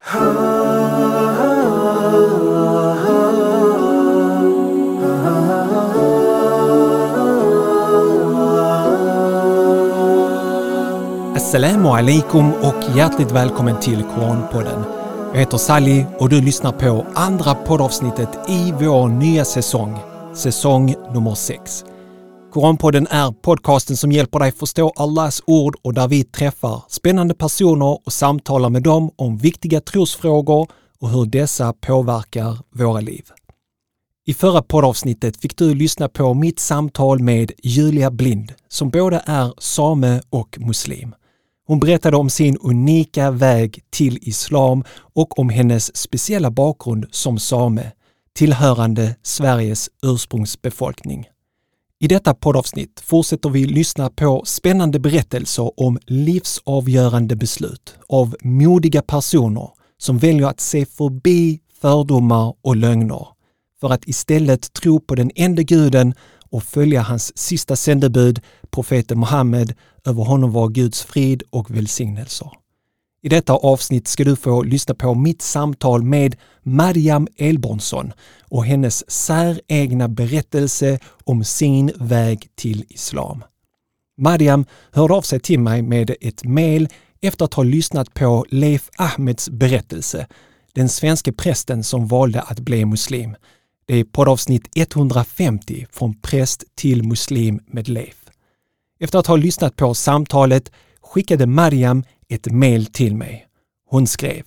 Assalamu alaikum och hjärtligt välkommen till Koranpodden. Jag heter Sally och du lyssnar på andra poddavsnittet i vår nya säsong nummer 6. Koranpodden är podcasten som hjälper dig förstå Allahs ord och där vi träffar spännande personer och samtalar med dem om viktiga trosfrågor och hur dessa påverkar våra liv. I förra poddavsnittet fick du lyssna på mitt samtal med Julia Blind som både är same och muslim. Hon berättade om sin unika väg till islam och om hennes speciella bakgrund som same, tillhörande Sveriges ursprungsbefolkning. I detta poddavsnitt fortsätter vi lyssna på spännande berättelser om livsavgörande beslut av modiga personer som väljer att se förbi fördomar och lögner för att istället tro på den enda guden och följa hans sista sändebud, profeten Muhammed, över honom var Guds frid och välsignelser. I detta avsnitt ska du få lyssna på mitt samtal med Maryam Elbornsson och hennes säregna berättelse om sin väg till islam. Maryam hörde av sig till mig med ett mejl efter att ha lyssnat på Leif Ahmeds berättelse, den svenska prästen som valde att bli muslim. Det är poddavsnitt 150 från präst till muslim med Leif. Efter att ha lyssnat på samtalet skickade Maryam ett mejl till mig. Hon skrev: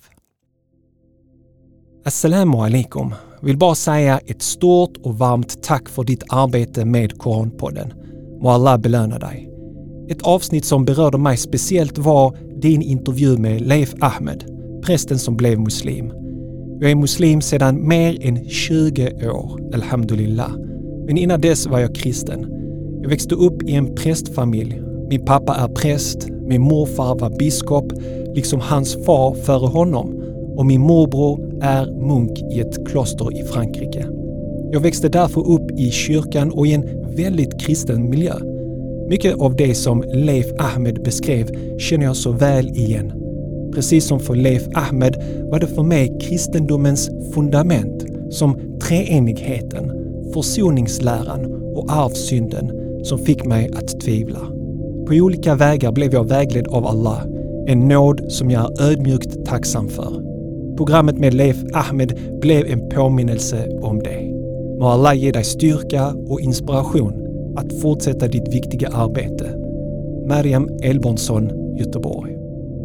Assalamu alaikum. Vill bara säga ett stort och varmt tack för ditt arbete med Koranpodden. Må Allah belöna dig. Ett avsnitt som berörde mig speciellt var din intervju med Leif Ahmed, prästen som blev muslim. Jag är muslim sedan mer än 20 år, alhamdulillah. Men innan dess var jag kristen. Jag växte upp i en prästfamilj. Min pappa är präst, min morfar var biskop, liksom hans far före honom. Och min morbror är munk i ett kloster i Frankrike. Jag växte därför upp i kyrkan och i en väldigt kristen miljö. Mycket av det som Leif Ahmed beskrev känner jag så väl igen. Precis som för Leif Ahmed var det för mig kristendomens fundament som treenigheten, försoningsläran och arvsynden som fick mig att tvivla. På olika vägar blev jag vägledd av Allah, en nåd som jag är ödmjukt tacksam för. Programmet med Leif Ahmed blev en påminnelse om det. Må Allah ge dig styrka och inspiration att fortsätta ditt viktiga arbete. Maryam Elbornsson, Göteborg.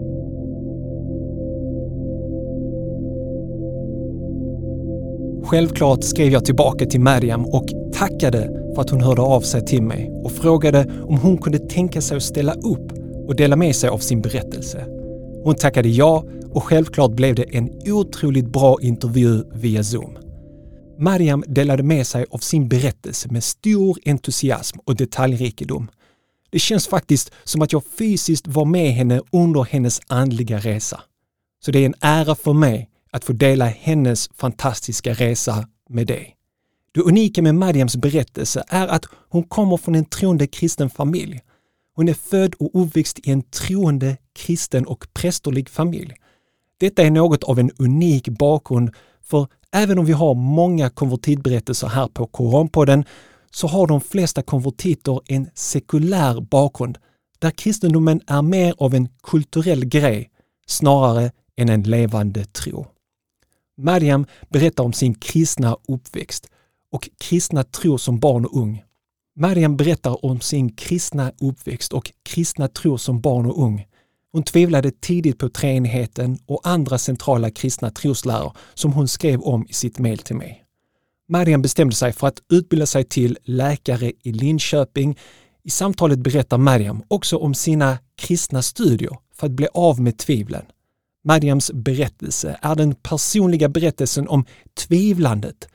Självklart skrev jag tillbaka till Maryam och tackade för att hon hörde av sig till mig och frågade om hon kunde tänka sig att ställa upp och dela med sig av sin berättelse. Hon tackade ja och självklart blev det en otroligt bra intervju via Zoom. Maryam delade med sig av sin berättelse med stor entusiasm och detaljrikedom. Det känns faktiskt som att jag fysiskt var med henne under hennes andliga resa. Så det är en ära för mig att få dela hennes fantastiska resa med dig. Det unika med Maryams berättelse är att hon kommer från en troende kristen familj. Hon är född och uppväxt i en troende kristen och prästerlig familj. Detta är något av en unik bakgrund, för även om vi har många konvertitberättelser här på Koranpodden så har de flesta konvertiter en sekulär bakgrund där kristendomen är mer av en kulturell grej snarare än en levande tro. Maryam berättar om sin kristna uppväxt och kristna tro som barn och ung. Maryam berättar om sin kristna uppväxt och kristna tro som barn och ung. Hon tvivlade tidigt på treenigheten och andra centrala kristna trosläror som hon skrev om i sitt mejl till mig. Maryam bestämde sig för att utbilda sig till läkare i Linköping. I samtalet berättar Maryam också om sina kristna studier för att bli av med tvivlen. Maryams berättelse är den personliga berättelsen om tvivlandet,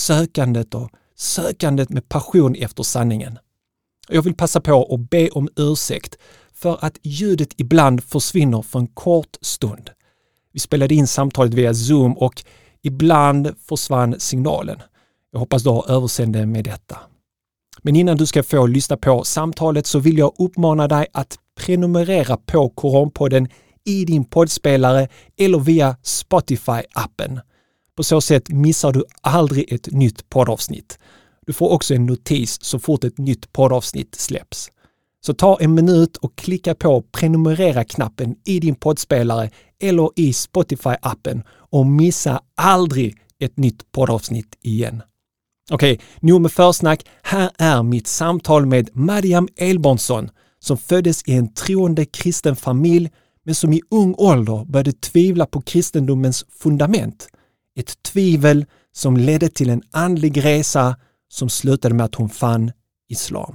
sökandet med passion efter sanningen. Jag vill passa på att be om ursäkt för att ljudet ibland försvinner för en kort stund. Vi spelade in samtalet via Zoom och ibland försvann signalen. Jag hoppas du har överseende med detta. Men innan du ska få lyssna på samtalet så vill jag uppmana dig att prenumerera på Koranpodden i din poddspelare eller via Spotify-appen. På så sätt missar du aldrig ett nytt poddavsnitt. Du får också en notis så fort ett nytt poddavsnitt släpps. Så ta en minut och klicka på prenumerera-knappen i din poddspelare eller i Spotify-appen och missa aldrig ett nytt poddavsnitt igen. Okej, nu med försnack. Här är mitt samtal med Mariam Elbornsson som föddes i en troende kristen familj men som i ung ålder började tvivla på kristendomens fundament. Ett tvivel som ledde till en andlig resa som slutade med att hon fann islam.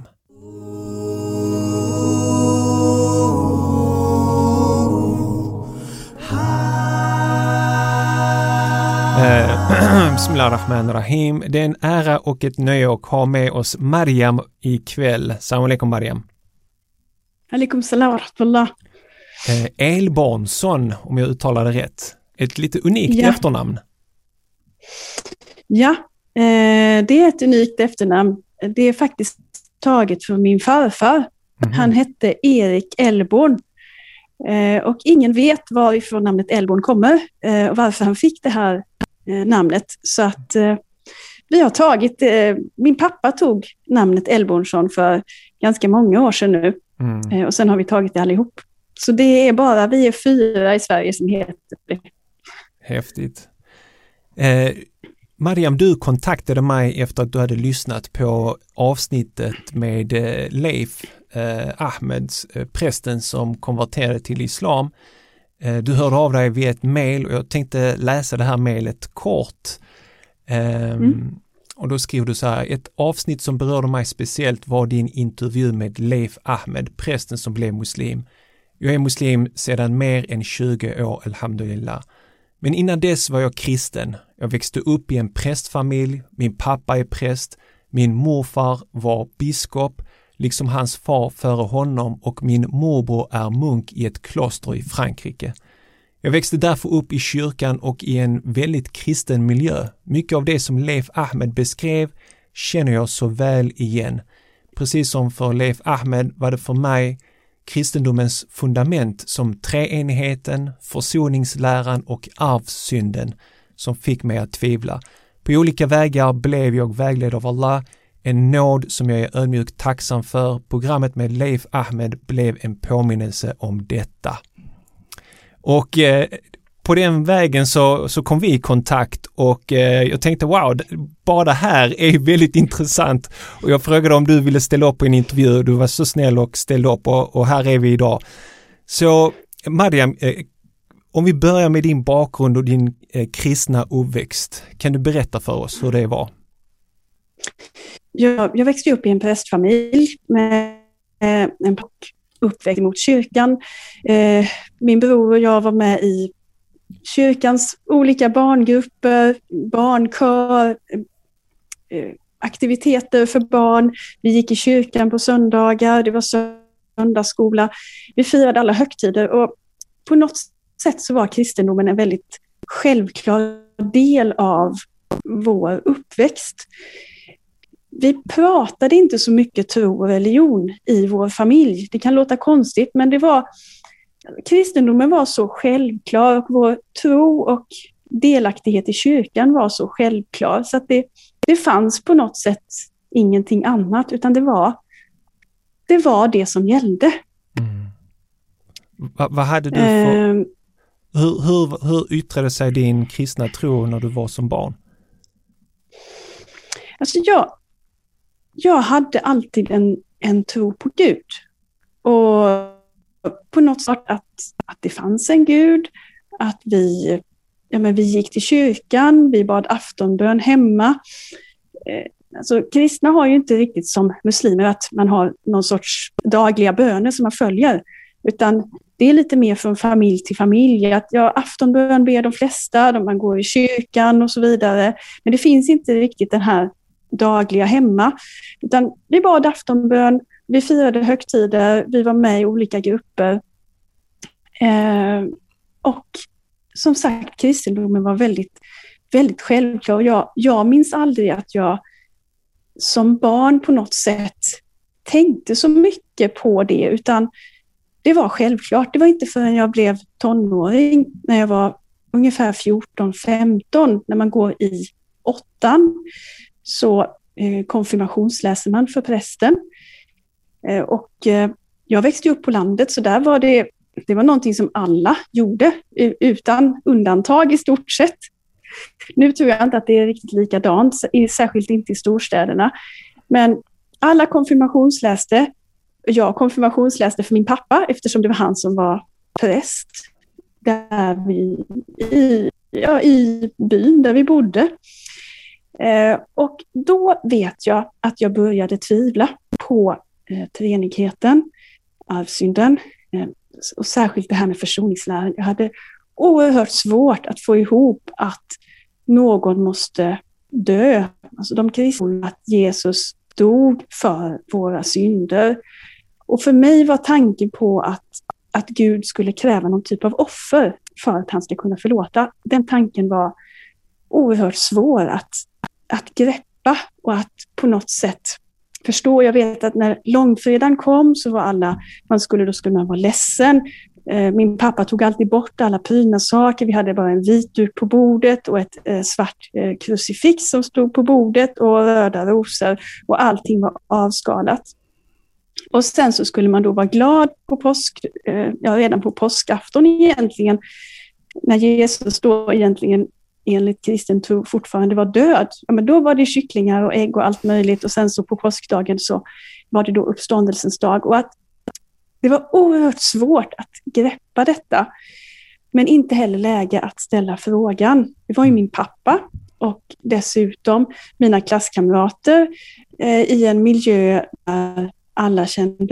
Bismillahirrahmanirrahim. Det är en ära och ett nöje att ha med oss Mariam ikväll. Salam alaikum Mariam. Alaikum salam wa rahmatullah. Elbornsson, om jag uttalar det rätt. Ett lite unikt efternamn. Ja, det är ett unikt efternamn. Det är faktiskt taget från min farfar. Han hette Erik Elborn. Och ingen vet varifrån namnet Elborn kommer och varför han fick det här namnet. Så att vi har tagit, min pappa tog namnet Elbornsson för ganska många år sedan nu. Och sen har vi tagit det allihop. Så det är bara, vi är 4 i Sverige som heter det. Häftigt. Mariam, du kontaktade mig efter att du hade lyssnat på avsnittet med Leif Ahmeds, prästen som konverterade till islam. Du hörde av dig via ett mejl och jag tänkte läsa det här mejlet kort. Och då skrev du så här: ett avsnitt som berörde mig speciellt var din intervju med Leif Ahmed, prästen som blev muslim. Jag är muslim sedan mer än 20 år, alhamdulillah. Men innan dess var jag kristen. Jag växte upp i en prästfamilj, min pappa är präst, min morfar var biskop, liksom hans far före honom, och min morbror är munk i ett kloster i Frankrike. Jag växte därför upp i kyrkan och i en väldigt kristen miljö. Mycket av det som Leif Ahmed beskrev känner jag så väl igen. Precis som för Leif Ahmed var det för mig kristendomens fundament som treenigheten, försoningsläran och arvsynden som fick mig att tvivla. På olika vägar blev jag vägledd av Allah, en nåd som jag är ödmjukt tacksam för. Programmet med Leif Ahmed blev en påminnelse om detta. Och på den vägen så kom vi i kontakt och jag tänkte wow, bara det här är väldigt intressant och jag frågade om du ville ställa upp på en intervju. Du var så snäll och ställde upp och här är vi idag. Så Mariam, om vi börjar med din bakgrund och din kristna uppväxt, kan du berätta för oss hur det var? Jag växte upp i en prästfamilj med en uppväxt mot kyrkan. Min bror och jag var med i kyrkans olika barngrupper, barnkör, aktiviteter för barn. Vi gick i kyrkan på söndagar, det var söndagsskola. Vi firade alla högtider och på något sätt så var kristendomen en väldigt självklar del av vår uppväxt. Vi pratade inte så mycket tro och religion i vår familj. Det kan låta konstigt, men kristendomen var så självklar och vår tro och delaktighet i kyrkan var så självklar så att det fanns på något sätt ingenting annat, utan det var det som gällde. Vad hade du för... Hur yttrade sig din kristna tro när du var som barn? Alltså jag hade alltid en tro på Gud. Och på något sätt att det fanns en Gud, att vi gick till kyrkan, vi bad aftonbön hemma. Alltså, kristna har ju inte riktigt som muslimer att man har någon sorts dagliga böner som man följer, utan det är lite mer från familj till familj. Att aftonbön ber de flesta, man går i kyrkan och så vidare. Men det finns inte riktigt den här dagliga hemma, utan vi bad aftonbön, vi firade högtider, vi var med i olika grupper. Och som sagt, kristendomen var väldigt, väldigt självklar. Jag minns aldrig att jag som barn på något sätt tänkte så mycket på det, utan det var självklart. Det var inte förrän jag blev tonåring, när jag var ungefär 14-15, när man går i 8:an, så konfirmationsläser man för prästen. Och jag växte upp på landet, så där var det var någonting som alla gjorde, utan undantag i stort sett. Nu tror jag inte att det är riktigt likadant, särskilt inte i storstäderna. Men alla konfirmationsläste. Jag konfirmationsläste för min pappa, eftersom det var han som var präst där i byn där vi bodde. Och då vet jag att jag började tvivla på treenigheten, arvsynden, och särskilt det här med försoningsläran. Jag hade oerhört svårt att få ihop att någon måste dö. Alltså de kristna, att Jesus dog för våra synder. Och för mig var tanken på att Gud skulle kräva någon typ av offer för att han ska kunna förlåta. Den tanken var oerhört svår att greppa och att på något sätt förstå. Jag vet att när långfredagen kom så var man skulle vara ledsen. Min pappa tog alltid bort alla prydnadssaker. Vi hade bara en vit duk på bordet och ett svart krucifix som stod på bordet och röda rosor, och allting var avskalat. Och sen så skulle man då vara glad på redan på påskafton egentligen, när Jesus då egentligen enligt kristen tro fortfarande var död. Ja, men då var det kycklingar och ägg och allt möjligt, och sen så på påskdagen så var det då uppståndelsens dag. Och att det var oerhört svårt att greppa detta, men inte heller läge att ställa frågan. Det var ju min pappa och dessutom mina klasskamrater i en miljö där alla kände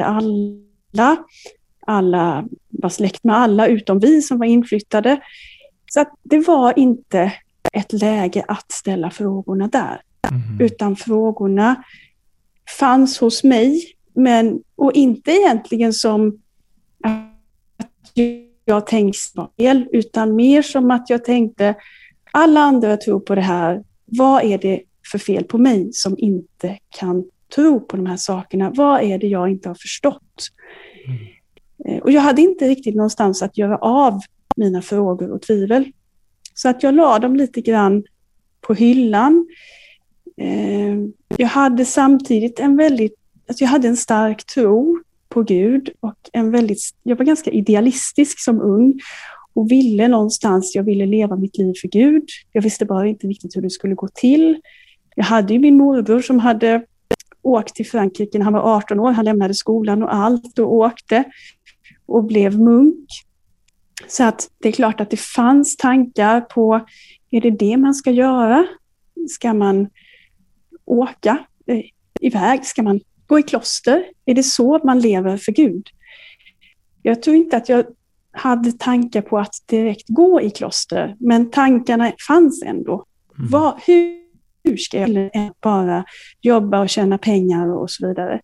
alla var släkt med alla utom vi som var inflyttade. Så att det var inte ett läge att ställa frågorna där. Utan frågorna fanns hos mig, och inte egentligen som att jag tänkte fel, utan mer som att jag tänkte, alla andra tror på det här. Vad är det för fel på mig som inte kan tro på de här sakerna? Vad är det jag inte har förstått? Och jag hade inte riktigt någonstans att göra av mina frågor och tvivel. Så att jag la dem lite grann på hyllan. Jag hade samtidigt jag hade en stark tro på Gud, och jag var ganska idealistisk som ung och jag ville leva mitt liv för Gud. Jag visste bara inte riktigt hur det skulle gå till. Jag hade ju min morbror som hade åkt till Frankrike när han var 18 år. Han lämnade skolan och allt och åkte och blev munk. Så att det är klart att det fanns tankar på, är det man ska göra? Ska man åka iväg? Ska man gå i kloster? Är det så man lever för Gud? Jag tror inte att jag hade tankar på att direkt gå i kloster, men tankarna fanns ändå. Hur ska jag bara jobba och tjäna pengar och så vidare?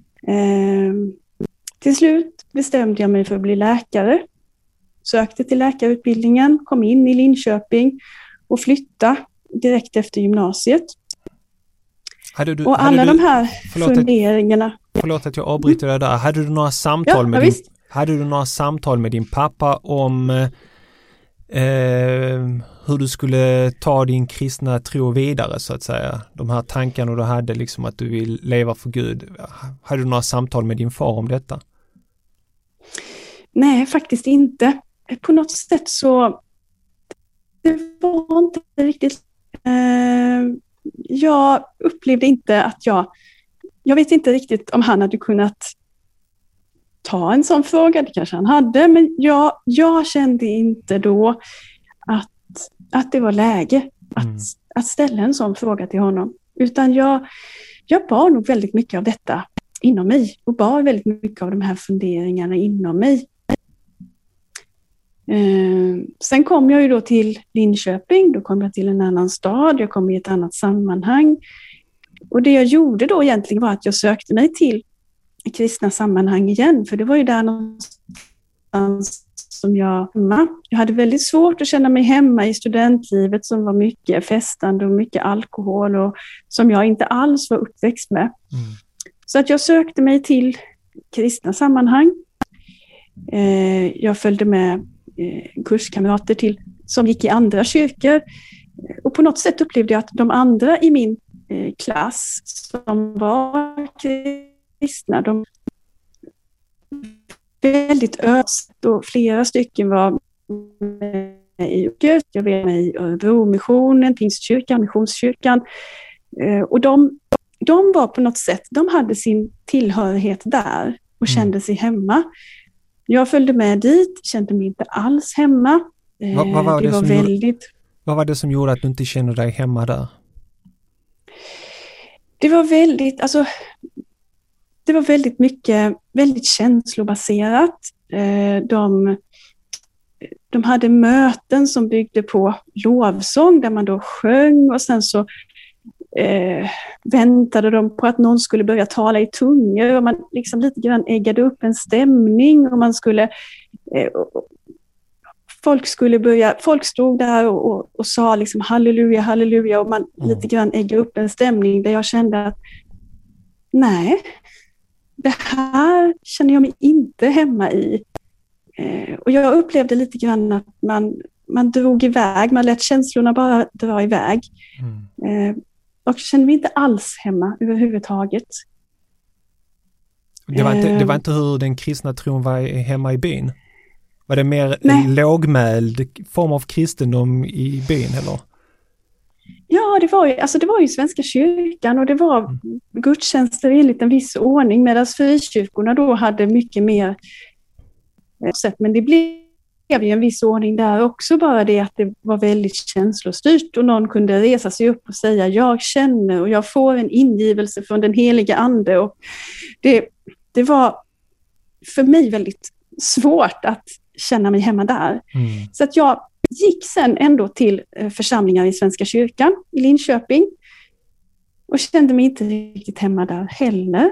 Till slut bestämde jag mig för att bli läkare. Sökte till läkarutbildningen, kom in i Linköping och flytta direkt efter gymnasiet. Och alla de här funderingarna... Förlåt att jag avbryter det där. Hade du några samtal med din pappa om hur du skulle ta din kristna tro vidare, så att säga? De här tankarna du hade, liksom att du vill leva för Gud. Hade du några samtal med din far om detta? Nej, faktiskt inte. På något sätt så... Det var inte riktigt... Jag upplevde inte att jag vet inte riktigt om han hade kunnat ta en sån fråga. Det kanske han hade, men jag kände inte då att det var läge att ställa en sån fråga till honom. Utan jag bar nog väldigt mycket av detta inom mig och bar väldigt mycket av de här funderingarna inom mig. Sen kom jag ju då till Linköping, då kom jag till en annan stad, jag kom i ett annat sammanhang. Och det jag gjorde då egentligen var att jag sökte mig till kristna sammanhang igen, för det var ju där någonstans som jag hade väldigt svårt att känna mig hemma i studentlivet som var mycket festande och mycket alkohol och som jag inte alls var uppväxt med. Så att jag sökte mig till kristna sammanhang. Jag följde med kurskamrater som gick i andra kyrkor. Och på något sätt upplevde jag att de andra i min klass som var kristna, de väldigt öst och flera stycken var med i Göt, jag var med i Örebro-missionen, Pingstkyrkan, Missionskyrkan. Och de var på något sätt, de hade sin tillhörighet där och kände sig hemma. Jag följde med dit, kände mig inte alls hemma. Vad var det som gjorde att du inte kände dig hemma där? Det var väldigt mycket, väldigt känslobaserat. De hade möten som byggde på lovsång där man då sjöng och sen så väntade de på att någon skulle börja tala i tungor och man liksom lite grann äggade upp en stämning och man skulle folk stod där och sa liksom halleluja, halleluja och man lite grann äggade upp en stämning där jag kände att nej, det här känner jag mig inte hemma i. Och jag upplevde lite grann att man drog iväg, man lät känslorna bara dra iväg. Och jag kände mig inte alls hemma överhuvudtaget. Det var inte hur den kristna tron var hemma i byn? Var det mer en lågmäld form av kristendom i byn, eller? Ja, det var ju Svenska kyrkan och det var gudstjänster enligt en viss ordning medan frikyrkorna då hade mycket mer sätt. Men det blev ju en viss ordning där också, bara det att det var väldigt känslostyrt och någon kunde resa sig upp och säga jag känner och jag får en ingivelse från den heliga ande. Och det var för mig väldigt svårt att känna mig hemma där. Så att jag gick sen ändå till församlingar i Svenska kyrkan i Linköping och kände mig inte riktigt hemma där heller.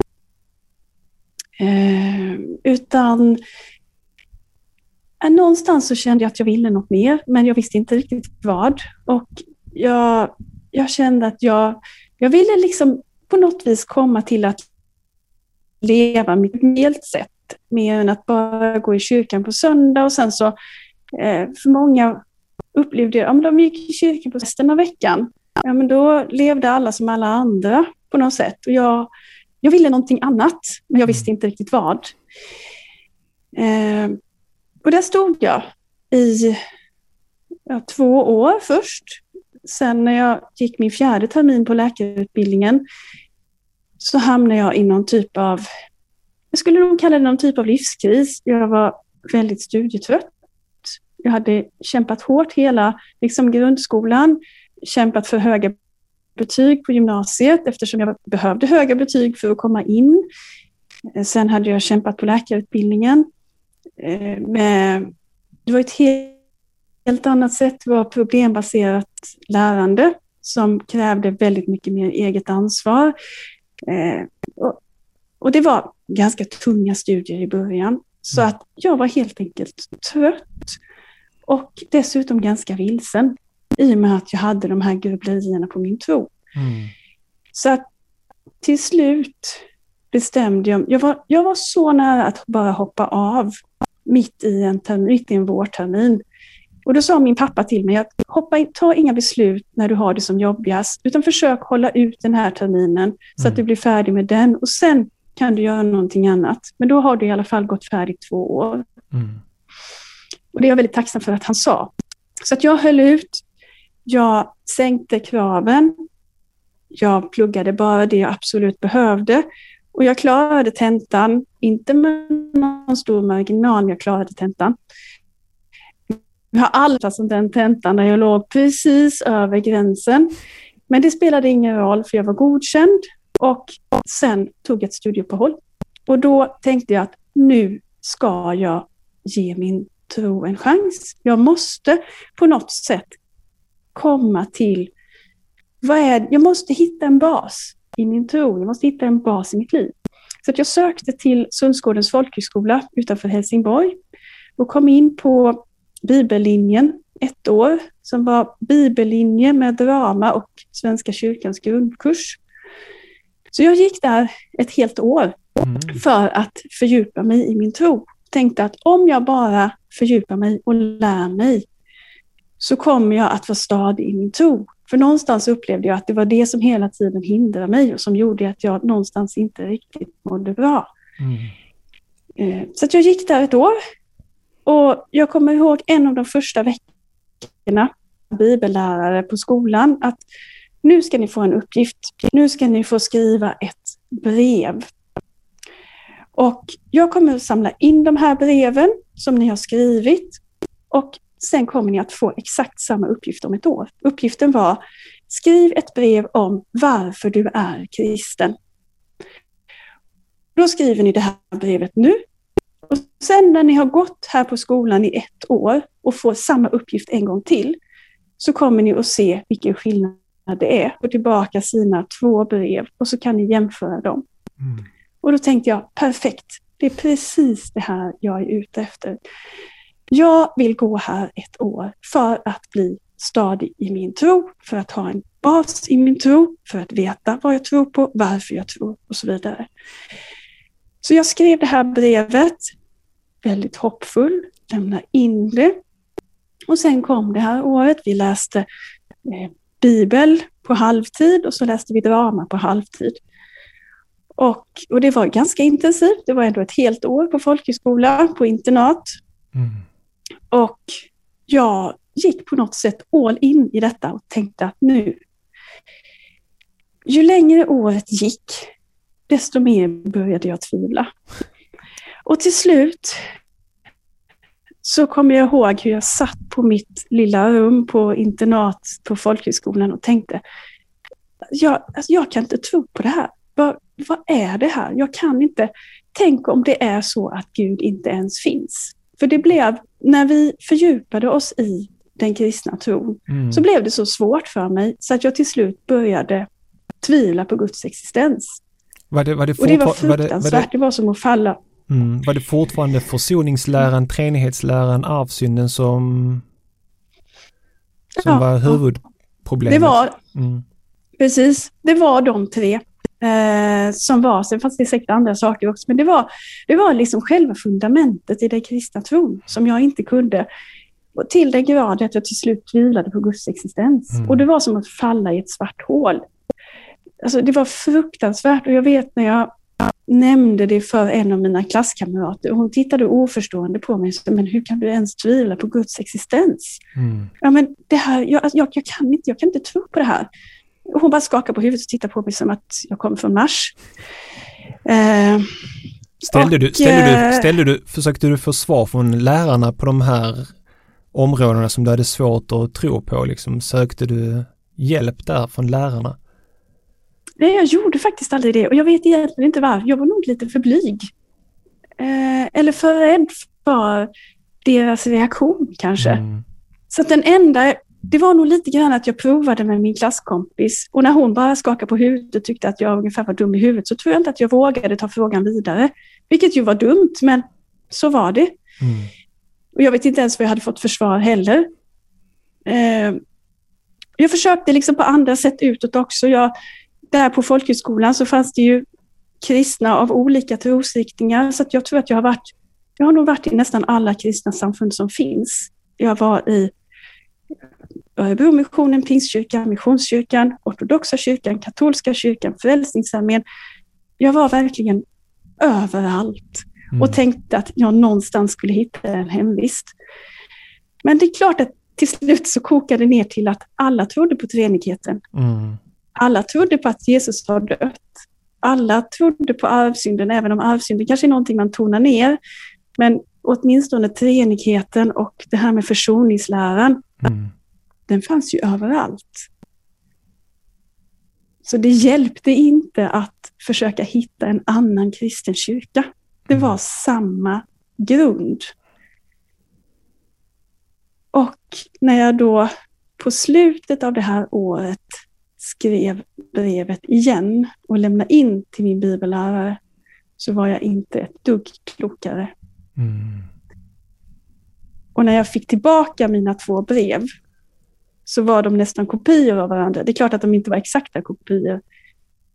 Utan någonstans så kände jag att jag ville något mer, men jag visste inte riktigt vad. Och jag kände att jag ville liksom på något vis komma till att leva mitt helt sätt, mer än att bara gå i kyrkan på söndag och sen så för många upplevde jag, om de gick i kyrkan på resten av veckan, ja men då levde alla som alla andra på något sätt. Och jag ville någonting annat, men jag visste inte riktigt vad. Och där stod jag i 2 år först. Sen när jag gick min 4:e termin på läkarutbildningen så hamnade jag i någon typ av, jag skulle nog kalla det någon typ av livskris. Jag var väldigt studietrött. Jag hade kämpat hårt hela grundskolan, kämpat för höga betyg på gymnasiet eftersom jag behövde höga betyg för att komma in. Sen hade jag kämpat på läkarutbildningen. Det var ett helt annat sätt, det var problembaserat lärande som krävde väldigt mycket mer eget ansvar. Och det var ganska tunga studier i början. Så att jag var helt enkelt trött och dessutom ganska vilsen i och med att jag hade de här grubblerierna på min tro. Så att till slut bestämde jag var så nära att bara hoppa av mitt i en vårtermin. Och då sa min pappa till mig att ta inga beslut när du har det som jobbigast, utan försök hålla ut den här terminen så att du blir färdig med den och sen kan du göra någonting annat. Men då har du i alla fall gått färdigt 2 år. Och det är jag väldigt tacksam för att han sa. Så att jag höll ut, jag sänkte kraven, jag pluggade bara det jag absolut behövde och jag klarade tentan, inte med någon stor marginal, men jag klarade tentan. Jag har aldrig som den tentan där jag låg precis över gränsen. Men det spelade ingen roll för jag var godkänd och sen tog jag ett studieuppehåll. Och då tänkte jag att nu ska jag ge min tro en chans. Jag måste på något sätt komma till jag måste hitta en bas i min tro. Jag måste hitta en bas i mitt liv. Så att jag sökte till Sundsgårdens folkhögskola utanför Helsingborg och kom in på bibellinjen 1 år som var bibellinje med drama och Svenska kyrkans grundkurs. Så jag gick där ett helt år för att fördjupa mig i min tro. tänkte att om jag bara fördjupar mig och lär mig så kommer jag att vara stadig i min tro. För någonstans upplevde jag att det var det som hela tiden hindrade mig och som gjorde att jag någonstans inte riktigt mådde bra. Så att jag gick där ett år och jag kommer ihåg en av de första veckorna bibellärare på skolan att nu ska ni få en uppgift. Nu ska ni få skriva ett brev. Och jag kommer att samla in de här breven som ni har skrivit och sen kommer ni att få exakt samma uppgift om ett år. Uppgiften var: skriv ett brev om varför du är kristen. Då skriver ni det här brevet nu. Och sen när ni har gått här på skolan i 1 år och får samma uppgift en gång till så kommer ni att se vilken skillnad det är. Få tillbaka sina 2 brev och så kan ni jämföra dem. Och då tänkte jag, perfekt, det är precis det här jag är ute efter. Jag vill gå här 1 år för att bli stadig i min tro, för att ha en bas i min tro, för att veta vad jag tror på, varför jag tror och så vidare. Så jag skrev det här brevet, väldigt hoppfull, lämnade in det. Och sen kom det här året, vi läste Bibel på halvtid och så läste vi drama på halvtid. Och det var ganska intensivt, det var ändå ett helt år på folkhögskola, på internat. Och jag gick på något sätt all in i detta och tänkte att nu, ju längre året gick, desto mer började jag tvivla. Och till slut så kommer jag ihåg hur jag satt på mitt lilla rum på internat på folkhögskolan och tänkte, jag kan inte tro på det här. Vad är det här? Jag kan inte. Tänk om det är så att Gud inte ens finns. För det blev, när vi fördjupade oss i den kristna tron, så blev det så svårt för mig så att jag till slut började tvivla på Guds existens. Och det var fruktansvärt, det var som att falla. Var det fortfarande försoningsläran, treenighetsläran, arvsynden som var huvudproblemet? Det var, precis, det var de 3 som var, sen fanns det säkert andra saker också, men det var liksom själva fundamentet i den kristna tron som jag inte kunde, till den grad att jag till slut tvivlade på Guds existens. Och det var som att falla i ett svart hål. Alltså det var fruktansvärt, och jag vet när jag nämnde det för en av mina klasskamrater och hon tittade oförstående på mig och sa, men hur kan du ens tvivla på Guds existens? Ja, men det här, jag kan inte tro på det här. Och hon bara skakade på huvudet och tittade på mig som att jag kom från Mars. Försökte du få svar från lärarna på de här områdena som du hade svårt att tro på? Liksom, sökte du hjälp där från lärarna? Nej, jag gjorde faktiskt aldrig det. Och jag vet egentligen inte varför. Jag var nog lite för blyg. Eller för rädd för deras reaktion kanske. Så att det var nog lite grann att jag provade med min klasskompis. Och när hon bara skakade på huvudet och tyckte att jag ungefär var dum i huvudet, så tror jag inte att jag vågade ta frågan vidare. Vilket ju var dumt, men så var det. Och jag vet inte ens vad jag hade fått försvar heller. Jag försökte liksom på andra sätt utåt också. Där på folkhögskolan så fanns det ju kristna av olika trosriktningar, så att jag tror att jag har nog varit i nästan alla kristna samfund som finns. Jag var i Örebromissionen, Pingstkyrkan, Missionskyrkan, Ortodoxa kyrkan, Katolska kyrkan, Frälsningsarmén. Jag var verkligen överallt och tänkte att jag någonstans skulle hitta en hemvist. Men det är klart att till slut så kokade det ner till att alla trodde på treenigheten. Alla trodde på att Jesus har dött. Alla trodde på arvsynden, även om arvsynden kanske är någonting man tonar ner. Men åtminstone treenigheten och det här med försoningsläran, den fanns ju överallt. Så det hjälpte inte att försöka hitta en annan kristen kyrka. Det var samma grund. Och när jag då på slutet av det här året skrev brevet igen och lämnade in till min bibellärare, så var jag inte ett dugg klokare. Och när jag fick tillbaka mina 2 brev så var de nästan kopior av varandra. Det är klart att de inte var exakta kopior,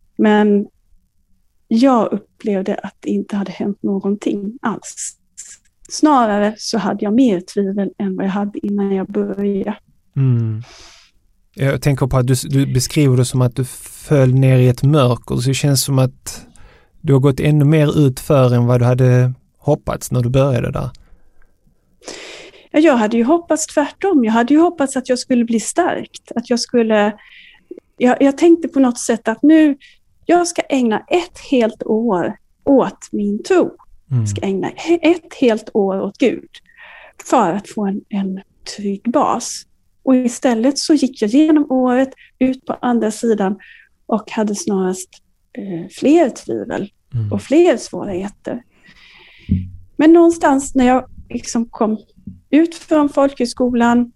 men jag upplevde att det inte hade hänt någonting alls. snarare så hade jag mer tvivel än vad jag hade innan jag började. Mm. Jag tänker på att du beskriver det som att du föll ner i ett mörker, så det känns som att du har gått ännu mer ut för än vad du hade hoppats när du började där. Ja, jag hade ju hoppats tvärtom. Jag hade ju hoppats att jag skulle bli stärkt. Att jag tänkte på något sätt att nu, jag ska ägna ett helt år åt min tro. Jag ska ägna ett helt år åt Gud för att få en trygg bas. Och istället så gick jag genom året ut på andra sidan och hade snarast fler tvivel och fler svårigheter. Men någonstans när jag liksom kom ut från folkhögskolan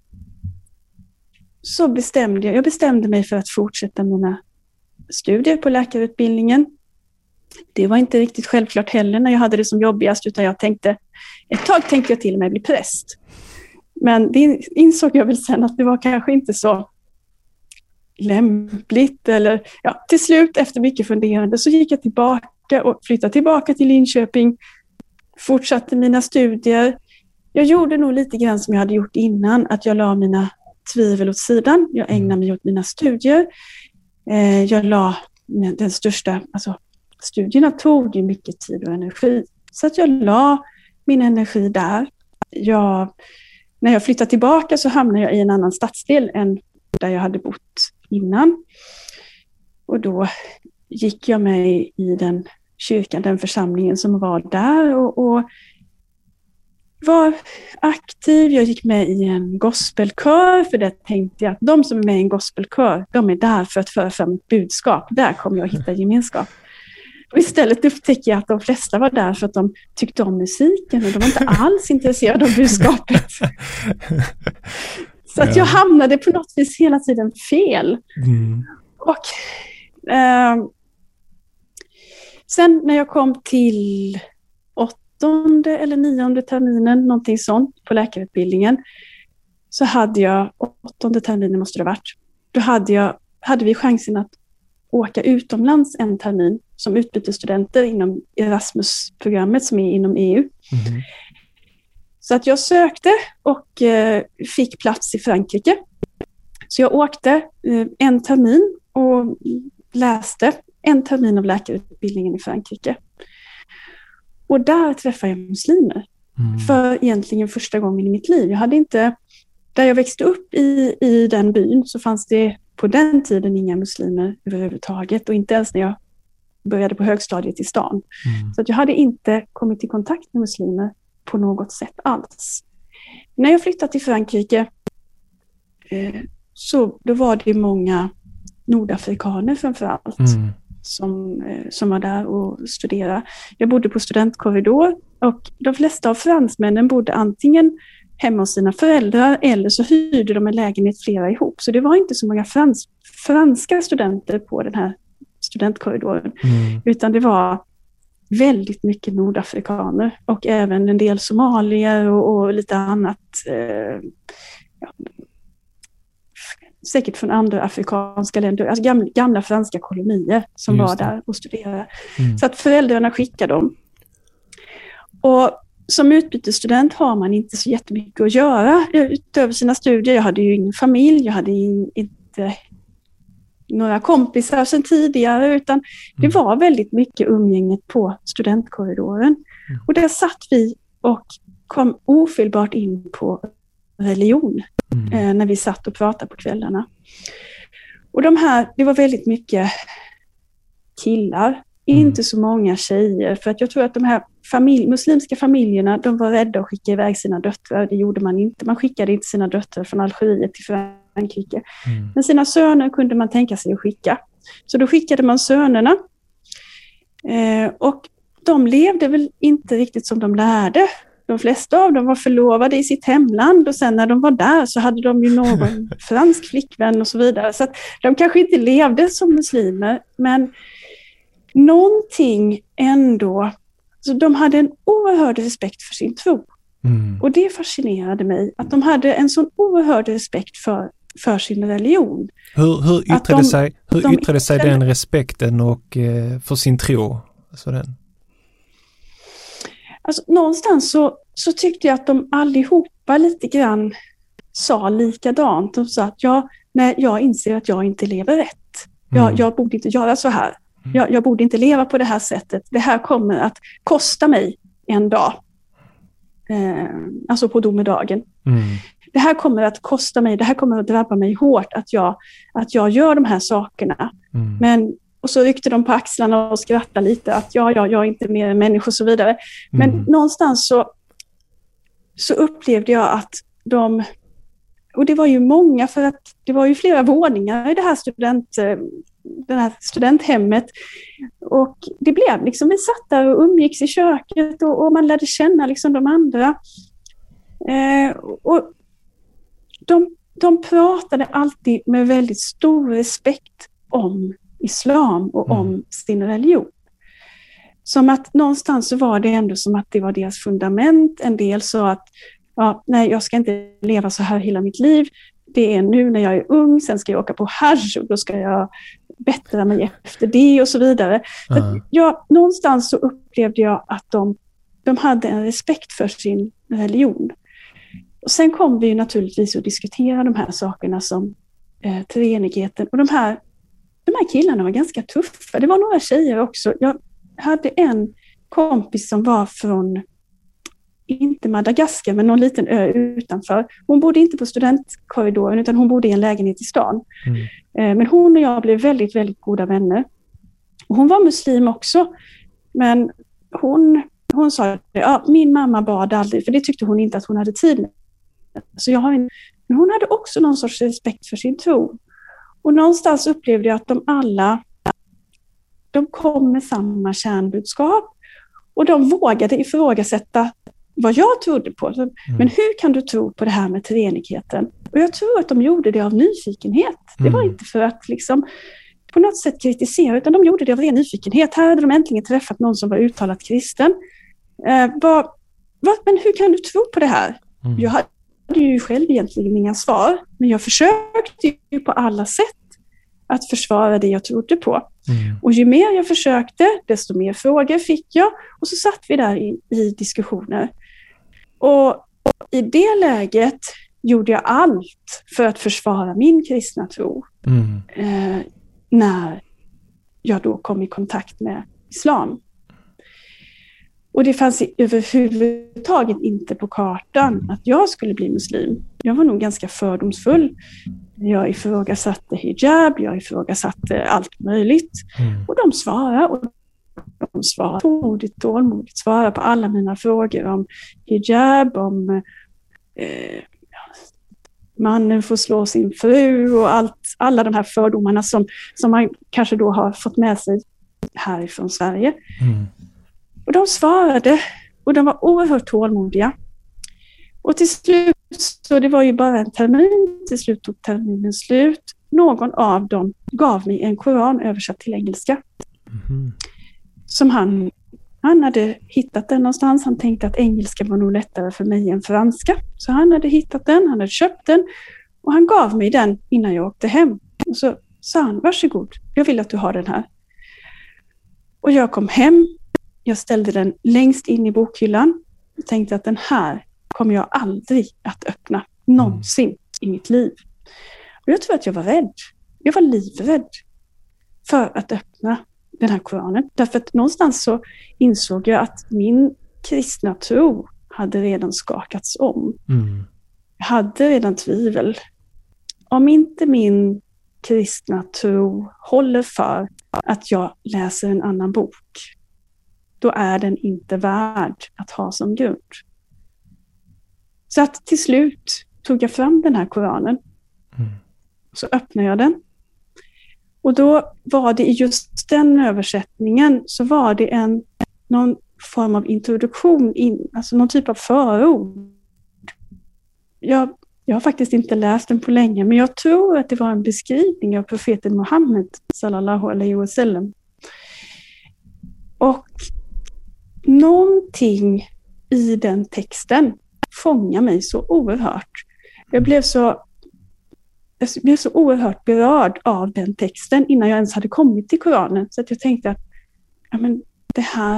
så bestämde mig för att fortsätta mina studier på läkarutbildningen. Det var inte riktigt självklart heller när jag hade det som jobbigast, utan ett tag tänkte jag till och med bli präst. Men det insåg jag väl sen att det var kanske inte så lämpligt. Eller, ja, till slut efter mycket funderande så gick jag tillbaka och flyttade tillbaka till Linköping. Fortsatte mina studier. Jag gjorde nog lite grann som jag hade gjort innan, att jag la mina tvivel åt sidan. Jag ägnade mig åt mina studier. Jag la den största, studierna tog ju mycket tid och energi. Så att jag la min energi där. När jag flyttade tillbaka så hamnade jag i en annan stadsdel än där jag hade bott innan. Och då gick jag med i den kyrkan, den församlingen som var där och var aktiv. Jag gick med i en gospelkör, för det tänkte jag att de som är med i en gospelkör, de är där för att föra fram ett budskap. Där kommer jag att hitta gemenskap. Och istället upptäckte jag att de flesta var där för att de tyckte om musiken och de var inte alls intresserade av budskapet. Så att jag hamnade på något vis hela tiden fel. Och sen när jag kom till 8:e eller 9:e terminen, någonting sånt, på läkarutbildningen, så hade jag, 8:e terminen måste det ha varit, då hade vi chansen att åka utomlands en termin som utbytesstudenter inom Erasmus-programmet som är inom EU. Så att jag sökte och fick plats i Frankrike. Så jag åkte en termin och läste en termin av läkarutbildningen i Frankrike. Och där träffade jag muslimer. För egentligen första gången i mitt liv. Jag hade inte, där jag växte upp i den byn så fanns det på den tiden inga muslimer överhuvudtaget. Och inte ens när jag började på högstadiet i stan. Så att jag hade inte kommit i kontakt med muslimer på något sätt alls. När jag flyttade till Frankrike så då var det många nordafrikaner framförallt som var där och studerade. Jag bodde på studentkorridor och de flesta av fransmännen bodde antingen hemma hos sina föräldrar eller så hyrde de en lägenhet flera ihop. Så det var inte så många franska studenter på den här studentkorridoren. Utan det var väldigt mycket nordafrikaner och även en del somalier och lite annat. Säkert från andra afrikanska länder, alltså gamla franska kolonier som var där och studerade. Så att föräldrarna skickade dem. Och som utbytesstudent har man inte så jättemycket att göra utöver sina studier. Jag hade ju ingen familj, jag hade inte några kompisar sedan tidigare, utan det var väldigt mycket umgänget på studentkorridoren. Och där satt vi och kom ofelbart in på religion när vi satt och pratade på kvällarna. Och det var väldigt mycket killar, inte så många tjejer, för att jag tror att de här muslimska familjerna, de var rädda att skicka iväg sina döttrar. Det gjorde man inte. Man skickade inte sina döttrar från Algeriet till Frankrike. Men sina söner kunde man tänka sig att skicka. Så då skickade man sönerna. Och de levde väl inte riktigt som de lärde. De flesta av dem var förlovade i sitt hemland och sen när de var där så hade de ju någon fransk flickvän och så vidare. Så att de kanske inte levde som muslimer, men någonting ändå. Så de hade en oerhörd respekt för sin tro. Och det fascinerade mig, att de hade en sån oerhörd respekt för sin religion. Hur yttrade sig den respekten och för sin tro? Alltså någonstans så tyckte jag att de allihopa lite grann sa likadant. De sa att jag inser att jag inte lever rätt. Jag borde inte göra så här. Jag borde inte leva på det här sättet. Det här kommer att kosta mig en dag. Alltså på domedagen. Det här kommer att kosta mig. Det här kommer att drabba mig hårt att jag gör de här sakerna. Och så ryckte de på axlarna och skrattade lite. Att jag är inte mer än människa och så vidare. Men någonstans så upplevde jag att och det var ju många, för att det var ju flera våningar i det här studenthemmet. Och det blev liksom, vi satt där och umgicks i köket och man lärde känna liksom de andra. Och de pratade alltid med väldigt stor respekt om islam och om sin religion. Som att någonstans så var det ändå som att det var deras fundament. En del sa att nej, jag ska inte leva så här hela mitt liv. Det är nu när jag är ung, sen ska jag åka på hajj och då ska jag bättra mig efter det och så vidare. Någonstans så upplevde jag att de hade en respekt för sin religion. Och sen kom vi ju naturligtvis att diskutera de här sakerna som treenigheten. Och de här killarna var ganska tuffa. Det var några tjejer också. Jag hade en kompis som var från, inte Madagaskar, men någon liten ö utanför. Hon bodde inte på studentkorridoren utan hon bodde i en lägenhet i stan. Men hon och jag blev väldigt, väldigt goda vänner. Och hon var muslim också. Men hon sa att min mamma bad aldrig, för det tyckte hon inte att hon hade tid med. Men hon hade också någon sorts respekt för sin tro. Och någonstans upplevde jag att de kom med samma kärnbudskap. Och de vågade ifrågasätta vad jag trodde på. Men hur kan du tro på det här med treenigheten? Och jag tror att de gjorde det av nyfikenhet. Det var inte för att liksom på något sätt kritisera, utan de gjorde det av ren nyfikenhet. Här hade de äntligen träffat någon som var uttalat kristen. Men hur kan du tro på det här? Jag hade ju själv egentligen inga svar, men jag försökte ju på alla sätt att försvara det jag trodde på. Och ju mer jag försökte, desto mer frågor fick jag. Och så satt vi där i diskussioner. Och i det läget gjorde jag allt för att försvara min kristna tro. När jag då kom i kontakt med islam. Och det fanns överhuvudtaget inte på kartan att jag skulle bli muslim. Jag var nog ganska fördomsfull. Jag ifrågasatte hijab, jag ifrågasatte allt möjligt. Och de svarade tålmodigt svarade på alla mina frågor om hijab, om mannen får slå sin fru och alla de här fördomarna som man kanske då har fått med sig härifrån Sverige. Och de svarade och de var oerhört tålmodiga. Och till slut, så det var ju bara en termin, till slut tog terminen slut. Någon av dem gav mig en koran översatt till engelska. Som han hade hittat den någonstans. Han tänkte att engelska var nog lättare för mig än franska. Så han hade hittat den, han hade köpt den. Och han gav mig den innan jag åkte hem. Och så sa han, varsågod, jag vill att du har den här. Och jag kom hem. Jag ställde den längst in i bokhyllan. Jag tänkte att den här kommer jag aldrig att öppna någonsin i mitt liv. Och jag tror att jag var rädd. Jag var livrädd för att öppna den här koranen. Därför att någonstans så insåg jag att min kristna tro hade redan skakats om. Jag hade redan tvivel. Om inte min kristna tro håller för att jag läser en annan bok, då är den inte värd att ha som grund. Så att till slut tog jag fram den här koranen. Så öppnade jag den. Och då var det i just den översättningen så var det någon form av introduktion, alltså någon typ av förord. Jag har faktiskt inte läst den på länge, men jag tror att det var en beskrivning av profeten Muhammed sallallahu alaihi wasallam. Och någonting i den texten fångar mig så oerhört. Jag blev så oerhört berörd av den texten innan jag ens hade kommit till Koranen. Så att jag tänkte att det här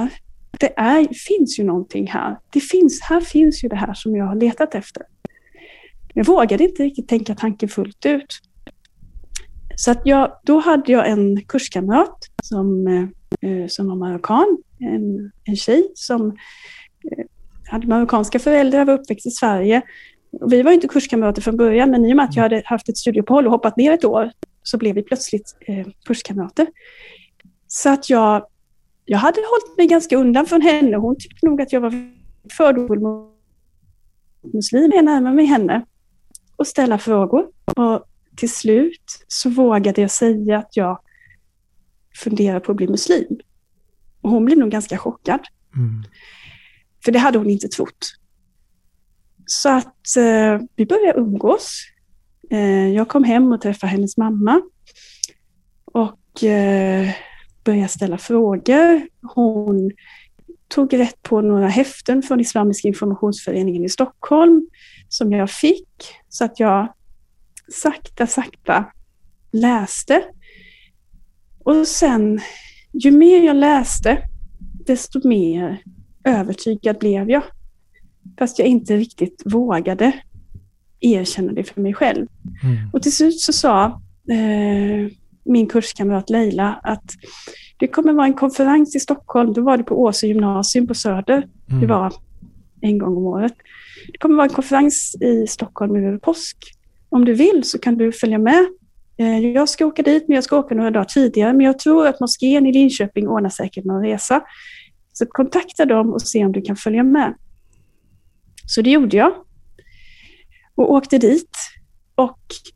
finns ju någonting här. Här finns ju det här som jag har letat efter. Jag vågade inte riktigt tänka tanken fullt ut. Så att då hade jag en kurskamrat som var marockan, en tjej som hade marockanska föräldrar, var uppväxt i Sverige. Och vi var inte kurskamrater från början, men i och med att jag hade haft ett studieuppehåll och hoppat ner ett år så blev vi plötsligt kurskamrater. Så att jag hade hållit mig ganska undan från henne. Hon tyckte nog att jag var fördomsfull mot muslimer. Jag närmade mig henne och ställa frågor. Och till slut så vågade jag säga att jag funderar på att bli muslim. Och hon blev nog ganska chockad. Mm. För det hade hon inte trott. Så att vi började umgås. Jag kom hem och träffade hennes mamma. Och började ställa frågor. Hon tog rätt på några häften från Islamiska informationsföreningen i Stockholm som jag fick. Så att jag sakta läste. Och sen, ju mer jag läste, desto mer övertygad blev jag. Fast jag inte riktigt vågade erkänna det för mig själv. Mm. Och till slut så sa min kurskamrat Leila att det kommer vara en konferens i Stockholm. Då var det på Åsö gymnasium på Söder. Det var en gång om året. Det kommer vara en konferens i Stockholm över påsk. Om du vill så kan du följa med. Jag ska åka dit, men jag ska åka några dagar tidigare. Men jag tror att moskén i Linköping ordnar säkert någon resa. Så kontakta dem och se om du kan följa med. Så det gjorde jag. Och åkte dit. Och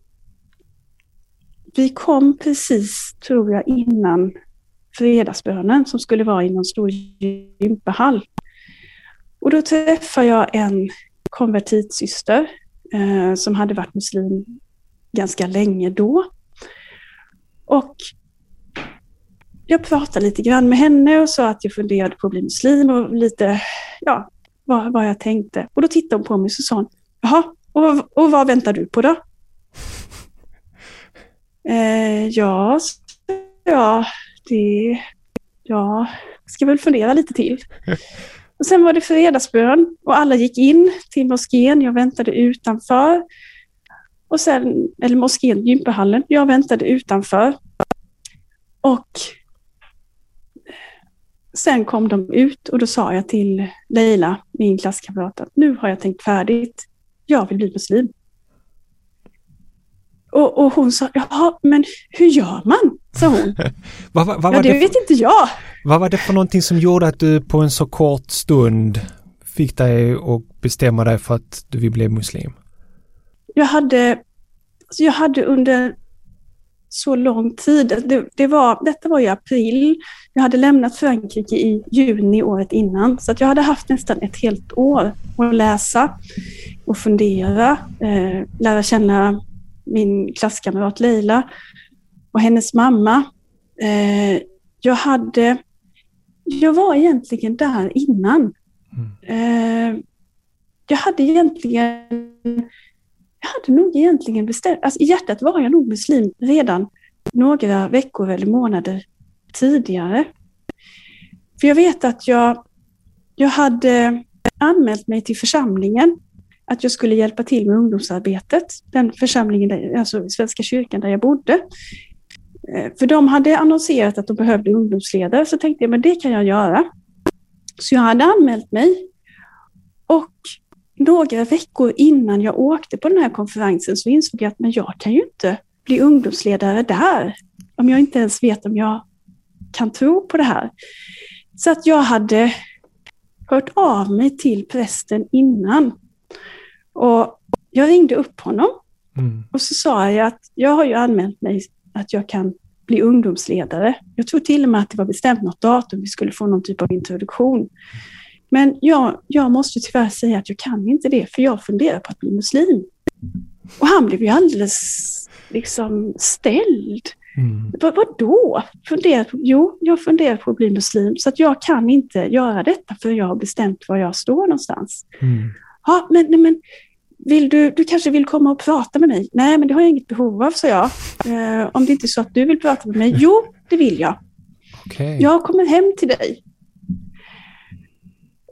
vi kom precis, tror jag, innan fredagsbönen som skulle vara i någon stor gympahall. Och då träffade jag en konvertitsyster som hade varit muslim ganska länge då. Och jag pratade lite grann med henne och sa att jag funderade på att bli muslim och lite, ja, vad jag tänkte. Och då tittade hon på mig och så sa hon, jaha, och vad väntar du på då? Jag ska väl fundera lite till. Och sen var det fredagsbön och alla gick in till moskén. Jag väntade utanför. Och sen, eller moskén, gympahallen. Jag väntade utanför. Och sen kom de ut och då sa jag till Leila, min klasskamrat, att nu har jag tänkt färdigt. Jag vill bli muslim. Och hon sa, jaha, men hur gör man? Sa hon. Det vet inte jag. Vad var det för någonting som gjorde att du på en så kort stund fick dig att bestämma dig för att du vill bli muslim? Jag hade under så lång tid, detta var i april, jag hade lämnat Frankrike i juni året innan, så att jag hade haft nästan ett helt år att läsa och fundera, lära känna min klasskamrat Leila och hennes mamma. Jag var egentligen där innan. Jag hade nog egentligen bestämt, alltså i hjärtat var jag nog muslim redan några veckor eller månader tidigare. För jag vet att jag hade anmält mig till församlingen att jag skulle hjälpa till med ungdomsarbetet. Den församlingen, alltså Svenska kyrkan där jag bodde. För de hade annonserat att de behövde ungdomsledare, så tänkte jag, men det kan jag göra. Så jag hade anmält mig. Och några veckor innan jag åkte på den här konferensen så insåg jag att men jag kan ju inte bli ungdomsledare där om jag inte ens vet om jag kan tro på det här. Så att jag hade hört av mig till prästen innan. Och jag ringde upp honom och så sa jag att jag har ju anmält mig att jag kan bli ungdomsledare. Jag tror till och med att det var bestämt något datum vi skulle få någon typ av introduktion. Men jag måste tyvärr säga att jag kan inte det, för jag funderar på att bli muslim. Och han blev ju alldeles liksom ställd. Vadå? Jag funderar på att bli muslim, så att jag kan inte göra detta för jag har bestämt var jag står någonstans. Ja, men du kanske vill komma och prata med mig? Nej, men det har jag inget behov av, sa jag. Om det inte är så att du vill prata med mig. Jo, det vill jag. Okay. Jag kommer hem till dig.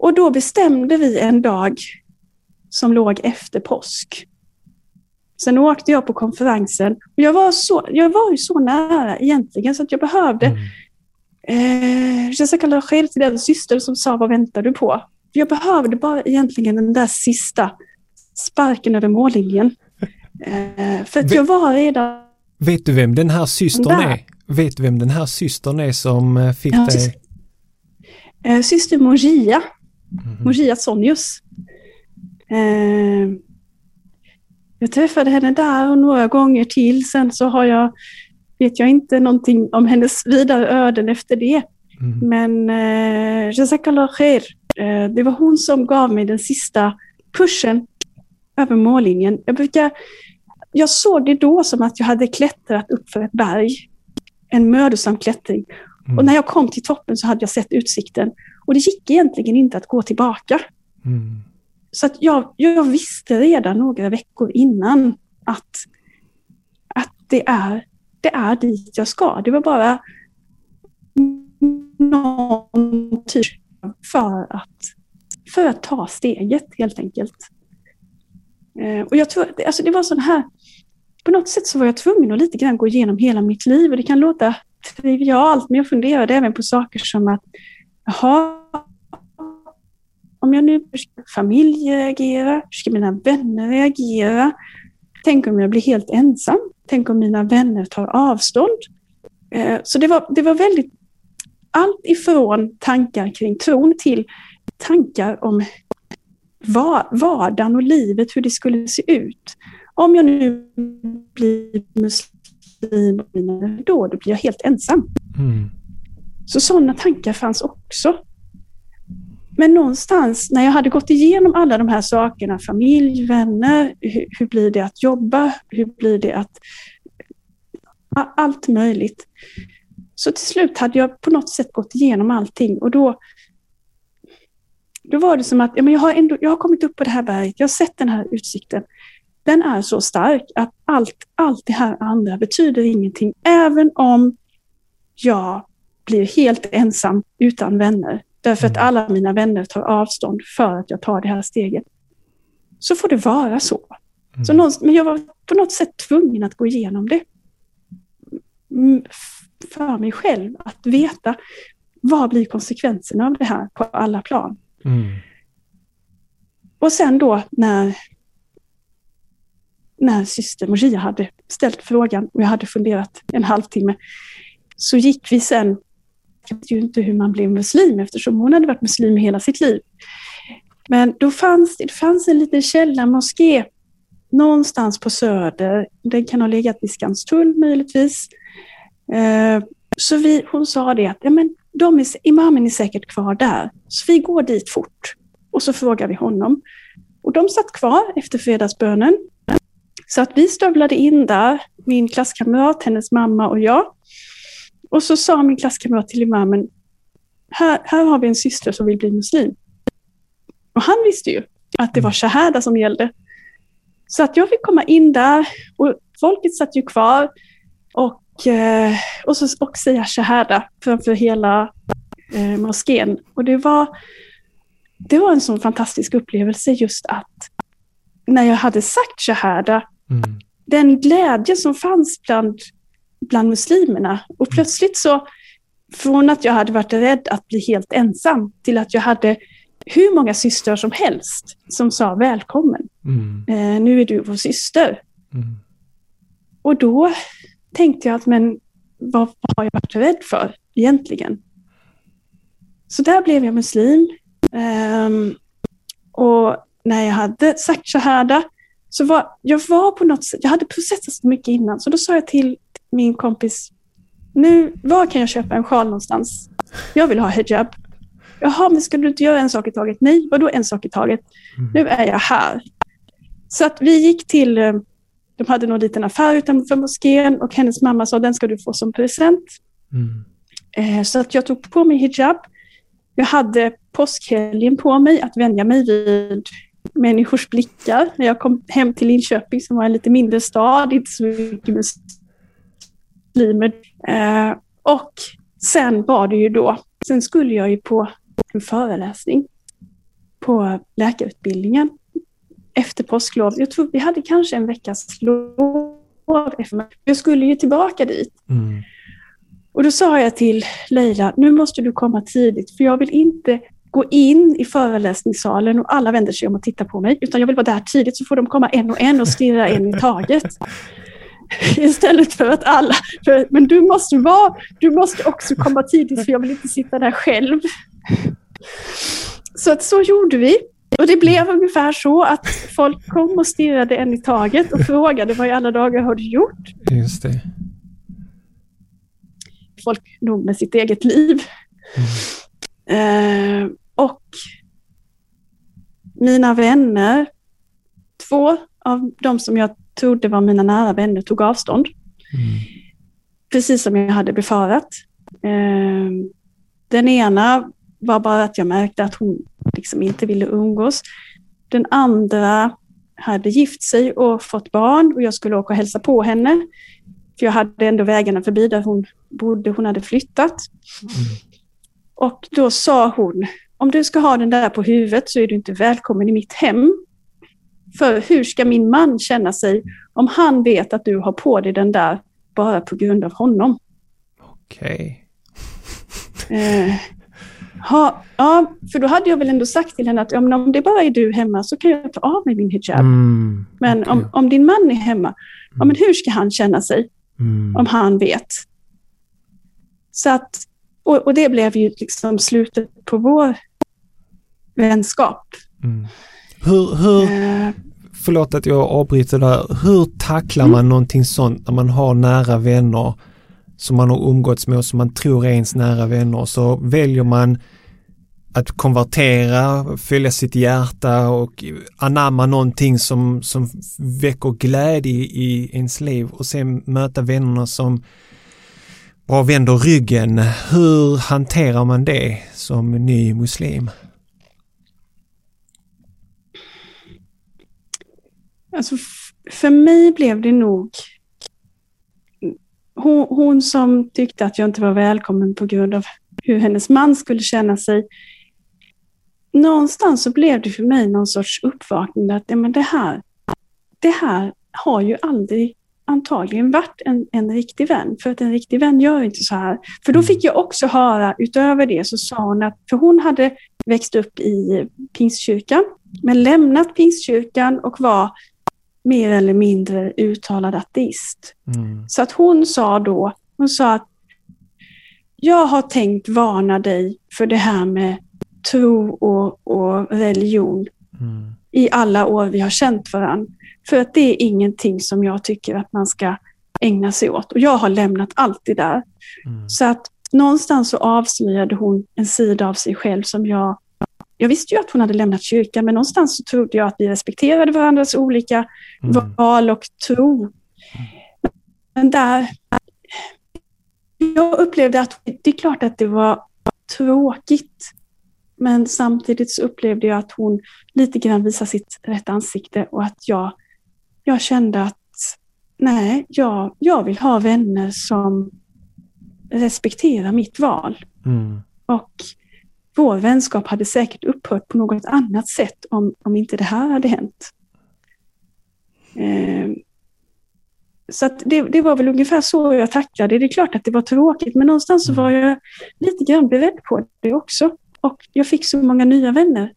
Och då bestämde vi en dag som låg efter påsk. Sen åkte jag på konferensen. Och jag var ju så nära egentligen så att jag behövde Jessica Lacher till den syster som sa, vad väntar du på? Jag behövde bara egentligen den där sista sparken över mållinjen. För att jag var redan... Vet du vem den här systern är? Vet du vem den här systern är som fick dig? Syster Mogia. Mogia Sonjus. Jag träffade henne där och några gånger till. Sen så vet jag inte någonting om hennes vidare öden efter det. Men Jessica Lacher, det var hon som gav mig den sista pushen över mållinjen. Jag såg det då som att jag hade klättrat upp för ett berg. En mödosam klättring. Och när jag kom till toppen så hade jag sett utsikten. Och det gick egentligen inte att gå tillbaka. Så att jag visste redan några veckor innan att det är dit jag ska. Det var bara någon tid för att ta steget helt enkelt. Och jag tror, alltså det var sån här, på något sätt så var jag tvungen att lite grann gå igenom hela mitt liv. Och det kan låta trivialt, men jag funderade även på saker som att om jag nu ska familj reagera, ska mina vänner reagera? Tänk om jag blir helt ensam? Tänk om mina vänner tar avstånd? Så det var väldigt allt ifrån tankar kring tron till tankar om vardagen och livet, hur det skulle se ut. Om jag nu blir muslim, då blir jag helt ensam. Så sådana tankar fanns också. Men någonstans när jag hade gått igenom alla de här sakerna, familj, vänner, hur blir det att jobba, hur blir det att allt möjligt. Så till slut hade jag på något sätt gått igenom allting och då var det som att jag har kommit upp på det här berget, jag har sett den här utsikten. Den är så stark att allt det här andra betyder ingenting, även om jag blir helt ensam utan vänner. Därför att alla mina vänner tar avstånd för att jag tar det här steget. Så får det vara så. Men jag var på något sätt tvungen att gå igenom det. För mig själv. Att veta vad blir konsekvenserna av det här på alla plan. Och sen då när syster Mogia hade ställt frågan och jag hade funderat en halvtimme, så gick vi sen. Jag vet ju inte hur man blev muslim eftersom hon hade varit muslim hela sitt liv. Men då fanns en liten källarmoské någonstans på Söder. Den kan ha legat vid Skanstull möjligtvis. Så hon sa det att imamen är säkert kvar där. Så vi går dit fort. Och så frågar vi honom. Och de satt kvar efter fredagsbönen. Så att vi stövlade in där, min klasskamrat, hennes mamma och jag. Och så sa min klasskamrat till imamen, här har vi en syster som vill bli muslim. Och han visste ju att det var shahada som gällde. Så att jag fick komma in där och folket satt ju kvar och säga shahada framför hela moskén. Och det var en sån fantastisk upplevelse just att när jag hade sagt shahada, den glädje som fanns bland muslimerna. Och plötsligt så, från att jag hade varit rädd att bli helt ensam till att jag hade hur många systrar som helst som sa välkommen. Nu är du vår syster. Och då tänkte jag att men vad har jag varit rädd för egentligen? Så där blev jag muslim. Och när jag hade sagt shahada så jag var på något sätt, jag hade processat så mycket innan, så då sa jag till min kompis, var kan jag köpa en sjal någonstans? Jag vill ha hijab. Jaha, men ska du inte göra en sak i taget? Nej, vadå en sak i taget? Nu är jag här. Så att vi gick till, de hade någon liten affär utanför moskén och hennes mamma sa, den ska du få som present. Så att jag tog på mig hijab. Jag hade påskhelgen på mig att vänja mig vid människors blickar. När jag kom hem till Linköping som var en lite mindre stad, inte så mycket muslimer. Och sen var det ju då, sen skulle jag ju på en föreläsning. på läkarutbildningen efter påsklov. Jag tror vi hade kanske en veckas lov. Jag skulle ju tillbaka dit. Och då sa jag till Leila, nu måste du komma tidigt, för jag vill inte gå in i föreläsningssalen och alla vänder sig om och tittar på mig, utan jag vill vara där tidigt, så får de komma en och en och stirra en i taget. Istället för att alla... men du måste också komma tidigt, för jag vill inte sitta där själv. Så gjorde vi. Och det blev ungefär så att folk kom och stirrade en i taget och frågade vad i alla dagar har du gjort? Just det. Folk nog med sitt eget liv. Och mina vänner, 2 av de som jag trodde var mina nära vänner, tog avstånd. Precis som jag hade befarat. Den ena var bara att jag märkte att hon liksom inte ville umgås. Den andra hade gift sig och fått barn, och jag skulle åka och hälsa på henne. För jag hade ändå vägarna förbi där hon bodde, hon hade flyttat. Och då sa hon, om du ska ha den där på huvudet så är du inte välkommen i mitt hem. För hur ska min man känna sig om han vet att du har på dig den där bara på grund av honom? Okej. Ja, för då hade jag väl ändå sagt till henne att om det bara är du hemma så kan jag ta av mig min hijab. Men om din man är hemma, men hur ska han känna sig om han vet? Så att, och det blev ju liksom slutet på vår vänskap. Hur förlåt att jag avbryter där. Hur tacklar man någonting sånt när man har nära vänner som man har umgåtts med och som man tror är ens nära vänner? Så väljer man att konvertera, följa sitt hjärta och anamma någonting som väcker glädje i ens liv, och sen möta vännerna som bara vänder ryggen. Hur hanterar man det som ny muslim? Alltså för mig blev det nog hon som tyckte att jag inte var välkommen på grund av hur hennes man skulle känna sig. Någonstans så blev det för mig någon sorts uppvakning att men det här har ju aldrig antagligen varit en riktig vän. För att en riktig vän gör inte så här. För då fick jag också höra, utöver det så sa hon att, för hon hade växt upp i Pingstkyrkan, men lämnat Pingstkyrkan och var mer eller mindre uttalad ateist. Så att hon sa att jag har tänkt varna dig för det här med tro och religion i alla år vi har känt varandra. För att det är ingenting som jag tycker att man ska ägna sig åt. Och jag har lämnat allt det där. Så att någonstans så avslöjade hon en sida av sig själv som jag visste ju att hon hade lämnat kyrkan, men någonstans så trodde jag att vi respekterade varandras olika val och tro. Men där, jag upplevde att det är klart att det var tråkigt, men samtidigt så upplevde jag att hon lite grann visade sitt rätta ansikte, och att jag kände att nej, jag vill ha vänner som respekterar mitt val. Och vår vänskap hade säkert upphört på något annat sätt om inte det här hade hänt. Så att det var väl ungefär så jag tacklade. Det är klart att det var tråkigt, men någonstans så var jag lite grann beredd på det också. Och jag fick så många nya vänner.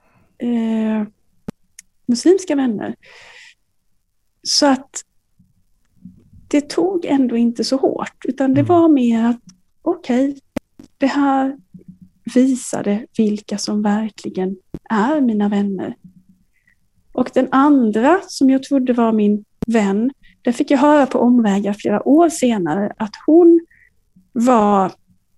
Muslimska vänner. Så att det tog ändå inte så hårt. Utan det var mer att okej, det här visade vilka som verkligen är mina vänner. Och den andra som jag trodde var min vän, där fick jag höra på omvägar flera år senare att hon var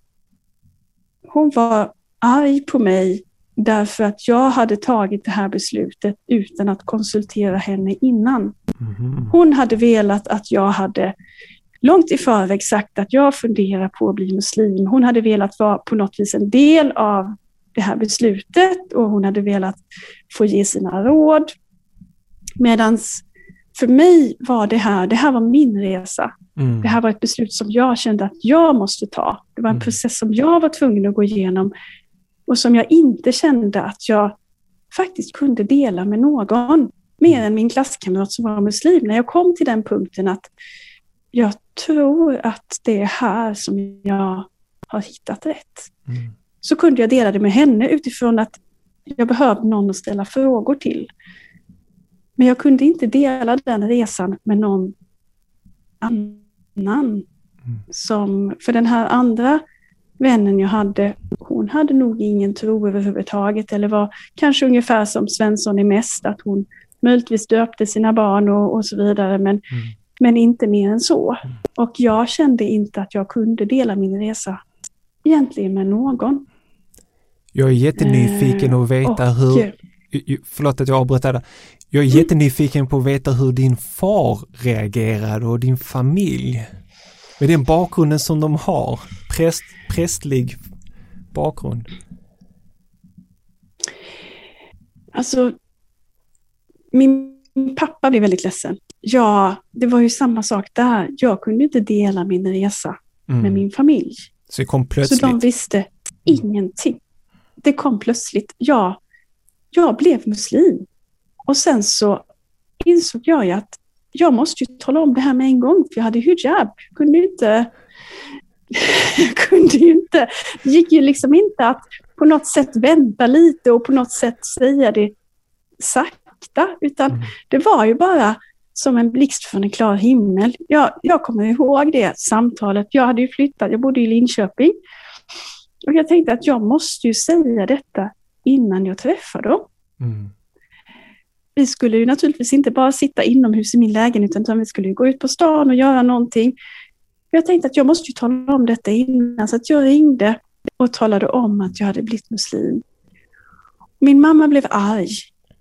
arg på mig därför att jag hade tagit det här beslutet utan att konsultera henne innan. Hon hade velat att jag hade långt i förväg sagt att jag funderar på att bli muslim. Hon hade velat vara på något vis en del av det här beslutet, och hon hade velat få ge sina råd. Medans för mig var det här var min resa. Det här var ett beslut som jag kände att jag måste ta. Det var en process som jag var tvungen att gå igenom, och som jag inte kände att jag faktiskt kunde dela med någon, mer än min klasskamrat som var muslim. När jag kom till den punkten att jag tror att det är här som jag har hittat rätt. Så kunde jag dela det med henne utifrån att jag behövde någon att ställa frågor till. Men jag kunde inte dela den resan med någon annan. För den här andra vännen jag hade, hon hade nog ingen tro överhuvudtaget, eller var kanske ungefär som Svensson är mest, att hon möjligtvis döpte sina barn och så vidare, men inte mer än så. Och jag kände inte att jag kunde dela min resa egentligen med någon. Jag är jättenyfiken att veta hur... Förlåt att jag avbryter där. Jag är jättenyfiken på att veta hur din far reagerade och din familj. Med den bakgrunden som de har. Prästlig bakgrund. Alltså, min pappa blev väldigt ledsen. Ja, det var ju samma sak där. Jag kunde inte dela min resa med min familj. Så det kom plötsligt. Så de visste ingenting. Det kom plötsligt. Jag blev muslim. Och sen så insåg jag att jag måste ju tala om det här med en gång. För jag hade hijab. Jag kunde ju inte. Det gick ju liksom inte att på något sätt vänta lite och på något sätt säga det sakta. Utan det var ju bara som en blixt från en klar himmel. Jag kommer ihåg det samtalet. Jag hade ju flyttat. Jag bodde i Linköping. Och jag tänkte att jag måste ju säga detta innan jag träffade dem. Vi skulle ju naturligtvis inte bara sitta inomhus i min lägenhet, utan vi skulle ju gå ut på stan och göra någonting. Jag tänkte att jag måste ju tala om detta innan, så att jag ringde och talade om att jag hade blivit muslim. Min mamma blev arg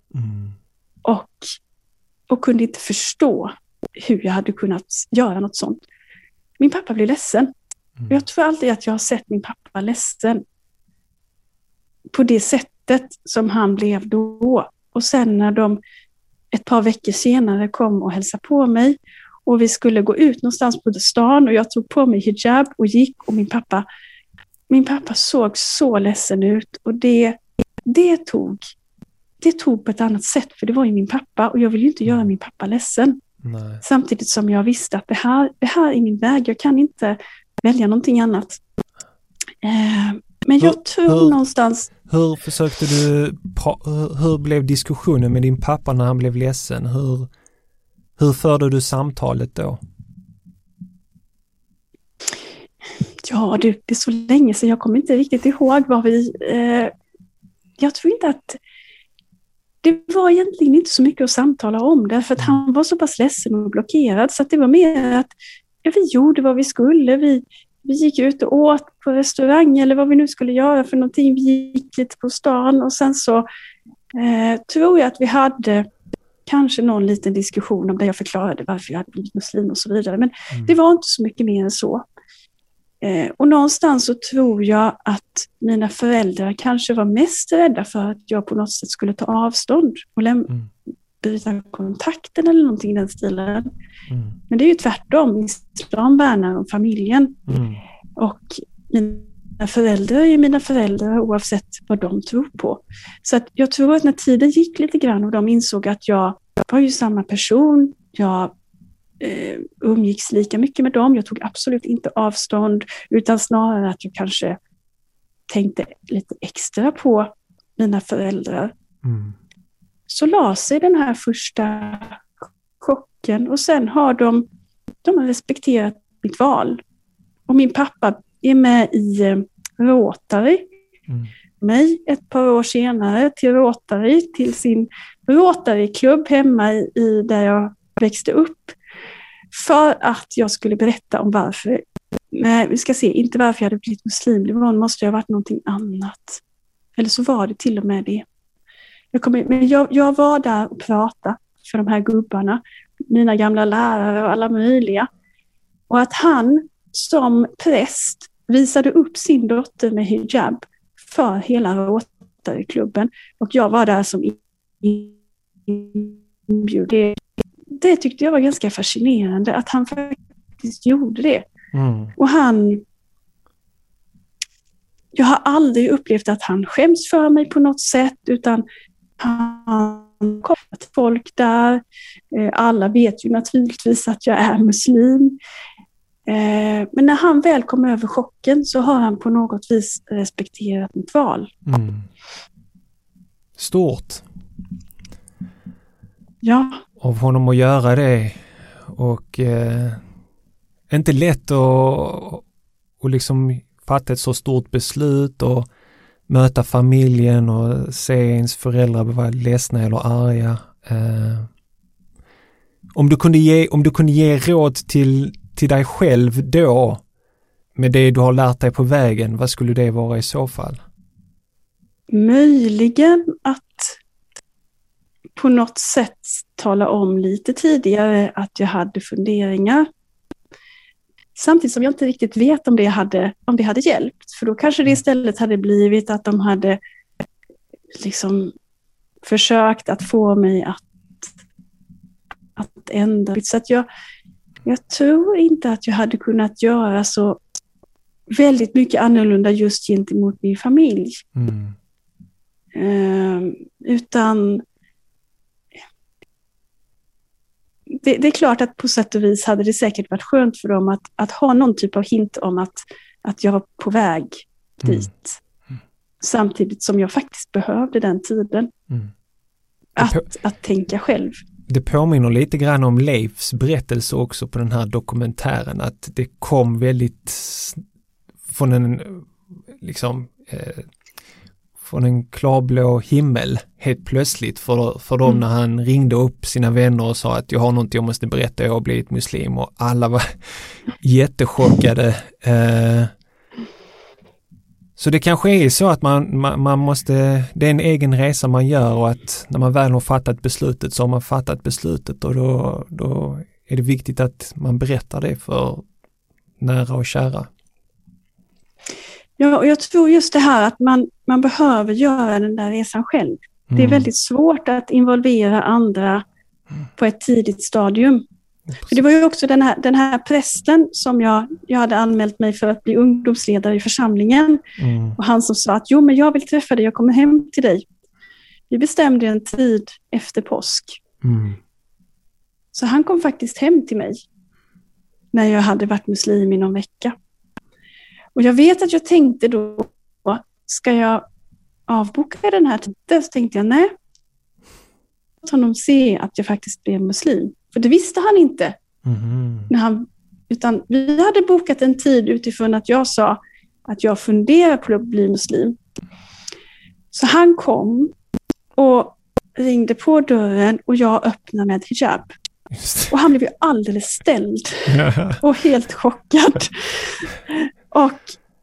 och kunde inte förstå hur jag hade kunnat göra något sånt. Min pappa blev ledsen. Jag tror alltid att jag har sett min pappa ledsen på det sättet som han blev då. Och sen när de ett par veckor senare kom och hälsade på mig och vi skulle gå ut någonstans på stan och jag tog på mig hijab och gick, och min pappa såg så ledsen ut, och det tog på ett annat sätt, för det var ju min pappa och jag ville ju inte göra min pappa ledsen. Nej. Samtidigt som jag visste att det här är min väg, jag kan inte välja någonting annat. Men jag tror någonstans... Hur blev diskussionen med din pappa när han blev ledsen? Hur förde du samtalet då? Ja, det är så länge sedan, jag kommer inte riktigt ihåg vad vi... jag tror inte att... Det var egentligen inte så mycket att samtala om, därför att han var så pass ledsen och blockerad, så att det var mer att vi gjorde vad vi skulle. Vi gick ut och åt på restaurang eller vad vi nu skulle göra för någonting. Vi gick lite på stan och sen så tror jag att vi hade kanske någon liten diskussion om det. Jag förklarade varför jag hade blivit muslim och så vidare. Men det var inte så mycket mer än så. Och någonstans så tror jag att mina föräldrar kanske var mest rädda för att jag på något sätt skulle ta avstånd och bryta kontakten eller någonting i den stilen. Men det är ju tvärtom. Islam värnar om familjen. Och mina föräldrar är ju mina föräldrar oavsett vad de tror på. Så att jag tror att när tiden gick lite grann och de insåg att jag var ju samma person, jag umgicks lika mycket med dem, jag tog absolut inte avstånd, utan snarare att jag kanske tänkte lite extra på mina föräldrar. Så la sig den här första chocken, och sen har de har respekterat mitt val. Och min pappa är med i Rotary. Mig ett par år senare till Rotary, till sin Rotary-klubb hemma i där jag växte upp, för att jag skulle berätta om varför. Nej, vi ska se, inte varför jag hade blivit muslim, det måste ha varit någonting annat. Eller så var det till och med det. Jag var där och pratade för de här gubbarna, mina gamla lärare och alla möjliga. Och att han som präst visade upp sin dotter med hijab för hela Rotary-klubben. Och jag var där som inbjuden. Det tyckte jag var ganska fascinerande, att han faktiskt gjorde det. Och jag har aldrig upplevt att han skäms för mig på något sätt, utan han kom till folk där. Alla vet ju naturligtvis att jag är muslim. Men när han väl kom över chocken så har han på något vis respekterat mitt val. Stort. Ja. Av honom att göra det. Och inte lätt att liksom fatta ett så stort beslut och möta familjen och se ens föräldrar vara ledsna eller arga. Om du kunde ge råd till dig själv då med det du har lärt dig på vägen, vad skulle det vara i så fall? Möjligen att på något sätt tala om lite tidigare att jag hade funderingar. Samtidigt som jag inte riktigt vet om det hade hjälpt. För då kanske det istället hade blivit att de hade liksom försökt att få mig att ändra. Så att jag tror inte att jag hade kunnat göra så väldigt mycket annorlunda just gentemot min familj. Utan det är klart att på sätt och vis hade det säkert varit skönt för dem att ha någon typ av hint om att jag var på väg dit. Samtidigt som jag faktiskt behövde den tiden. Att tänka själv. Det påminner lite grann om Leifs berättelse också på den här dokumentären. Att det kom väldigt från en klarblå himmel helt plötsligt för dem när han ringde upp sina vänner och sa att jag har något jag måste berätta, jag har blivit muslim, och alla var jättechockade. Så det kanske är så att man måste, det är en egen resa man gör, och att när man väl har fattat beslutet så har man fattat beslutet, och då är det viktigt att man berättar det för nära och kära. Ja, och jag tror just det här att man behöver göra den där resan själv. Det är väldigt svårt att involvera andra på ett tidigt stadium. För det var ju också den här prästen som jag hade anmält mig för att bli ungdomsledare i församlingen. Och han som sa att men jag vill träffa dig, jag kommer hem till dig. Vi bestämde en tid efter påsk. Så han kom faktiskt hem till mig när jag hade varit muslim i någon vecka. Och jag vet att jag tänkte då, ska jag avboka den här tiden? Så tänkte jag, nej. Låt honom se att jag faktiskt blev muslim. För det visste han inte. Utan vi hade bokat en tid utifrån att jag sa att jag funderar på att bli muslim. Så han kom och ringde på dörren och jag öppnade med hijab. Och han blev ju alldeles ställd och helt chockad. Och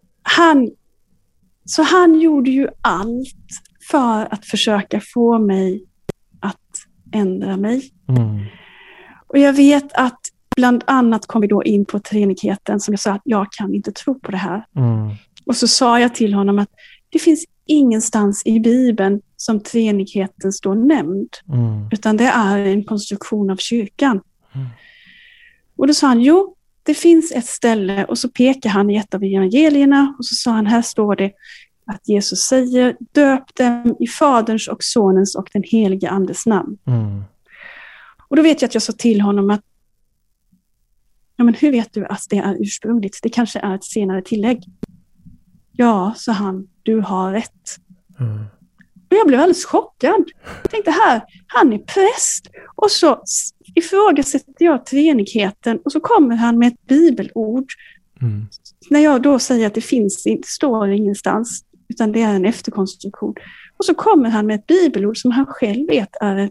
han gjorde ju allt för att försöka få mig att ändra mig. Och jag vet att bland annat kom vi då in på treenigheten, som jag sa att jag kan inte tro på det här. Och så sa jag till honom att det finns ingenstans i Bibeln som treenigheten står nämnd. Utan det är en konstruktion av kyrkan. Och då sa han, det finns ett ställe, och så pekar han i ett av evangelierna och så sa han, här står det att Jesus säger, döp dem i Faderns och Sonens och den helige Andes namn. Och då vet jag att jag sa till honom att men hur vet du att det är ursprungligt? Det kanske är ett senare tillägg. Ja, sa han, du har rätt. Och jag blev alldeles chockad. Jag tänkte han är präst. Och så ifrågasätter jag treenigheten och så kommer han med ett bibelord. När jag då säger att det står ingenstans, utan det är en efterkonstruktion. Och så kommer han med ett bibelord som han själv vet är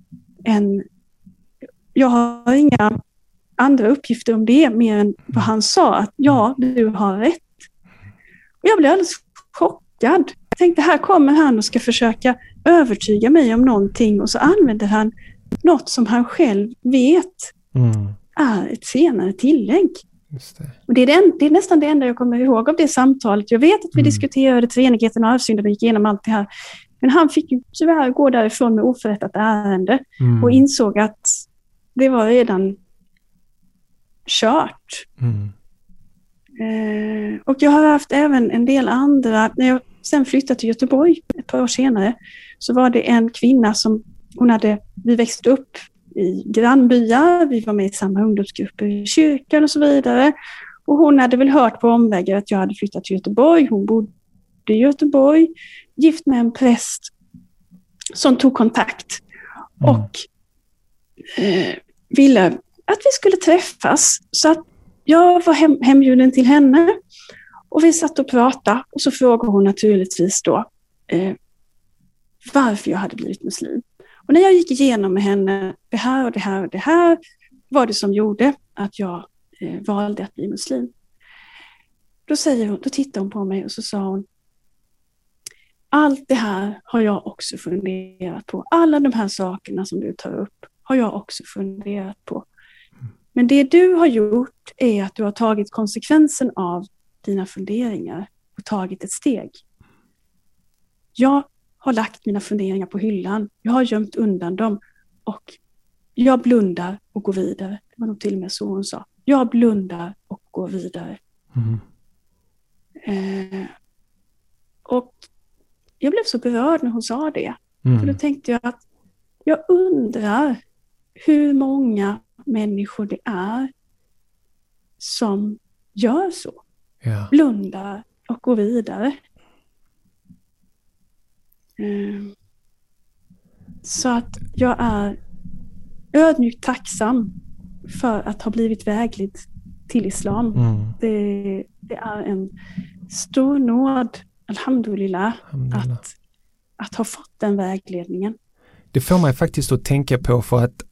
jag har inga andra uppgifter om det mer än vad han sa, att du har rätt. Och jag blev alldeles chockad. Jag tänkte, här kommer han och ska försöka övertyga mig om någonting, och så använder han något som han själv vet är ett senare tillägg. Just det. Och det är nästan det enda jag kommer ihåg av det samtalet. Jag vet att vi diskuterade treenigheten och arvsynden och gick igenom allt det här. Men han fick ju tyvärr gå därifrån med oförrättat ärende och insåg att det var redan kört. Och jag har haft även en del andra, när jag sen flyttade till Göteborg ett par år senare, så var det en kvinna som vi växte upp i grannbyar, vi var med i samma ungdomsgrupper i kyrkan och så vidare. Och hon hade väl hört på omvägar att jag hade flyttat till Göteborg. Hon bodde i Göteborg, gift med en präst som tog kontakt och ville att vi skulle träffas. Så att jag var hembjuden till henne och vi satt och pratade, och så frågade hon naturligtvis då varför jag hade blivit muslim. Och när jag gick igenom med henne det här och det här och det här var det som gjorde att jag valde att bli muslim. Då tittade hon på mig och så sa hon: allt det här har jag också funderat på. Alla de här sakerna som du tar upp har jag också funderat på. Men det du har gjort är att du har tagit konsekvensen av dina funderingar och tagit ett steg. Jag har lagt mina funderingar på hyllan. Jag har gömt undan dem och jag blundar och går vidare. Det var nog till och med så hon sa. Jag blundar och går vidare. Och jag blev så berörd när hon sa det. För då tänkte jag att jag undrar hur många människor det är som gör så. Ja. Blundar och går vidare. Så att jag är ödmjukt tacksam för att ha blivit vägledd till islam. Det är en stor nåd, alhamdulillah, att ha fått den vägledningen. Det får mig faktiskt att tänka på, för att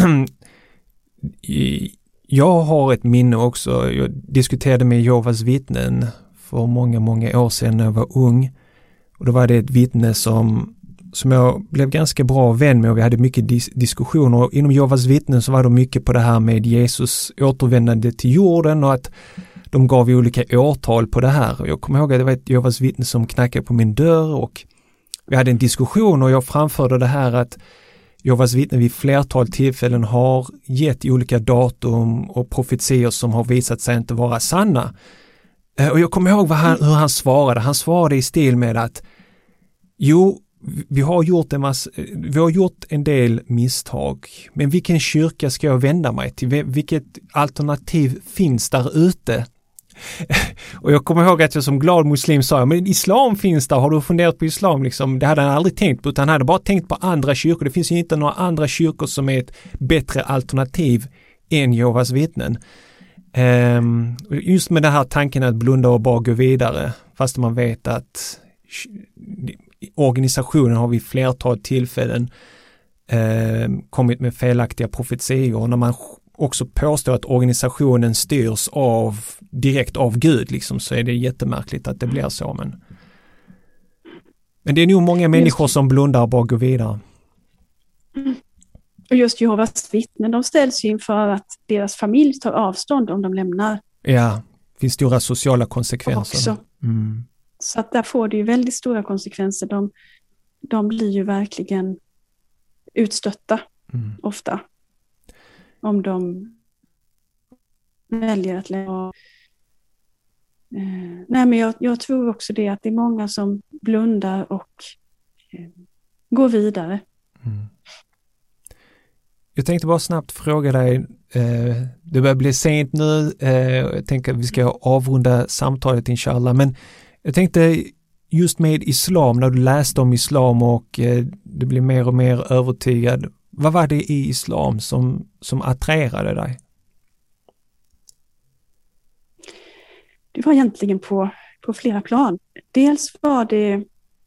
jag har ett minne också. Jag diskuterade med Jehovas vittnen för många, många år sedan när jag var ung. Och då var det ett vittne som jag blev ganska bra vän med, och vi hade mycket diskussioner. Och inom Jehovas vittnen så var det mycket på det här med Jesus återvändande till jorden, och att de gav olika årtal på det här. Och jag kommer ihåg att det var ett Jehovas vittne som knackade på min dörr, och vi hade en diskussion, och jag framförde det här att Jehovas vittnen vid flertal tillfällen har gett olika datum och profetier som har visat sig inte vara sanna. Och jag kommer ihåg hur han svarade. Han svarade i stil med att vi har gjort en del misstag, men vilken kyrka ska jag vända mig till? Vilket alternativ finns där ute? Och jag kommer ihåg att jag som glad muslim sa, men islam finns där, har du funderat på islam? Liksom, det hade han aldrig tänkt på, utan han hade bara tänkt på andra kyrkor. Det finns ju inte några andra kyrkor som är ett bättre alternativ än Jehovas vittnen. Just med den här tanken att blunda och bara gå vidare, fast man vet att organisationen har vid flertal tillfällen kommit med felaktiga profetier, och när man också påstår att organisationen styrs direkt av Gud, liksom, så är det jättemärkligt att det blir så. Men det är nog många människor som blundar och bara går vidare. Och just Jehovas vittnen, de ställs ju inför att deras familj tar avstånd om de lämnar. Ja, det finns stora sociala konsekvenser. Så att där får det ju väldigt stora konsekvenser. De blir ju verkligen utstötta ofta. Om de väljer att lämna. Nej, men jag tror också det, att det är många som blundar och går vidare. Jag tänkte bara snabbt fråga dig, det börjar bli sent nu, jag tänker att vi ska avrunda samtalet inshallah, men jag tänkte just med islam, när du läste om islam och du blev mer och mer övertygad, vad var det i islam som attraherade dig? Det var egentligen på flera plan. Dels var det,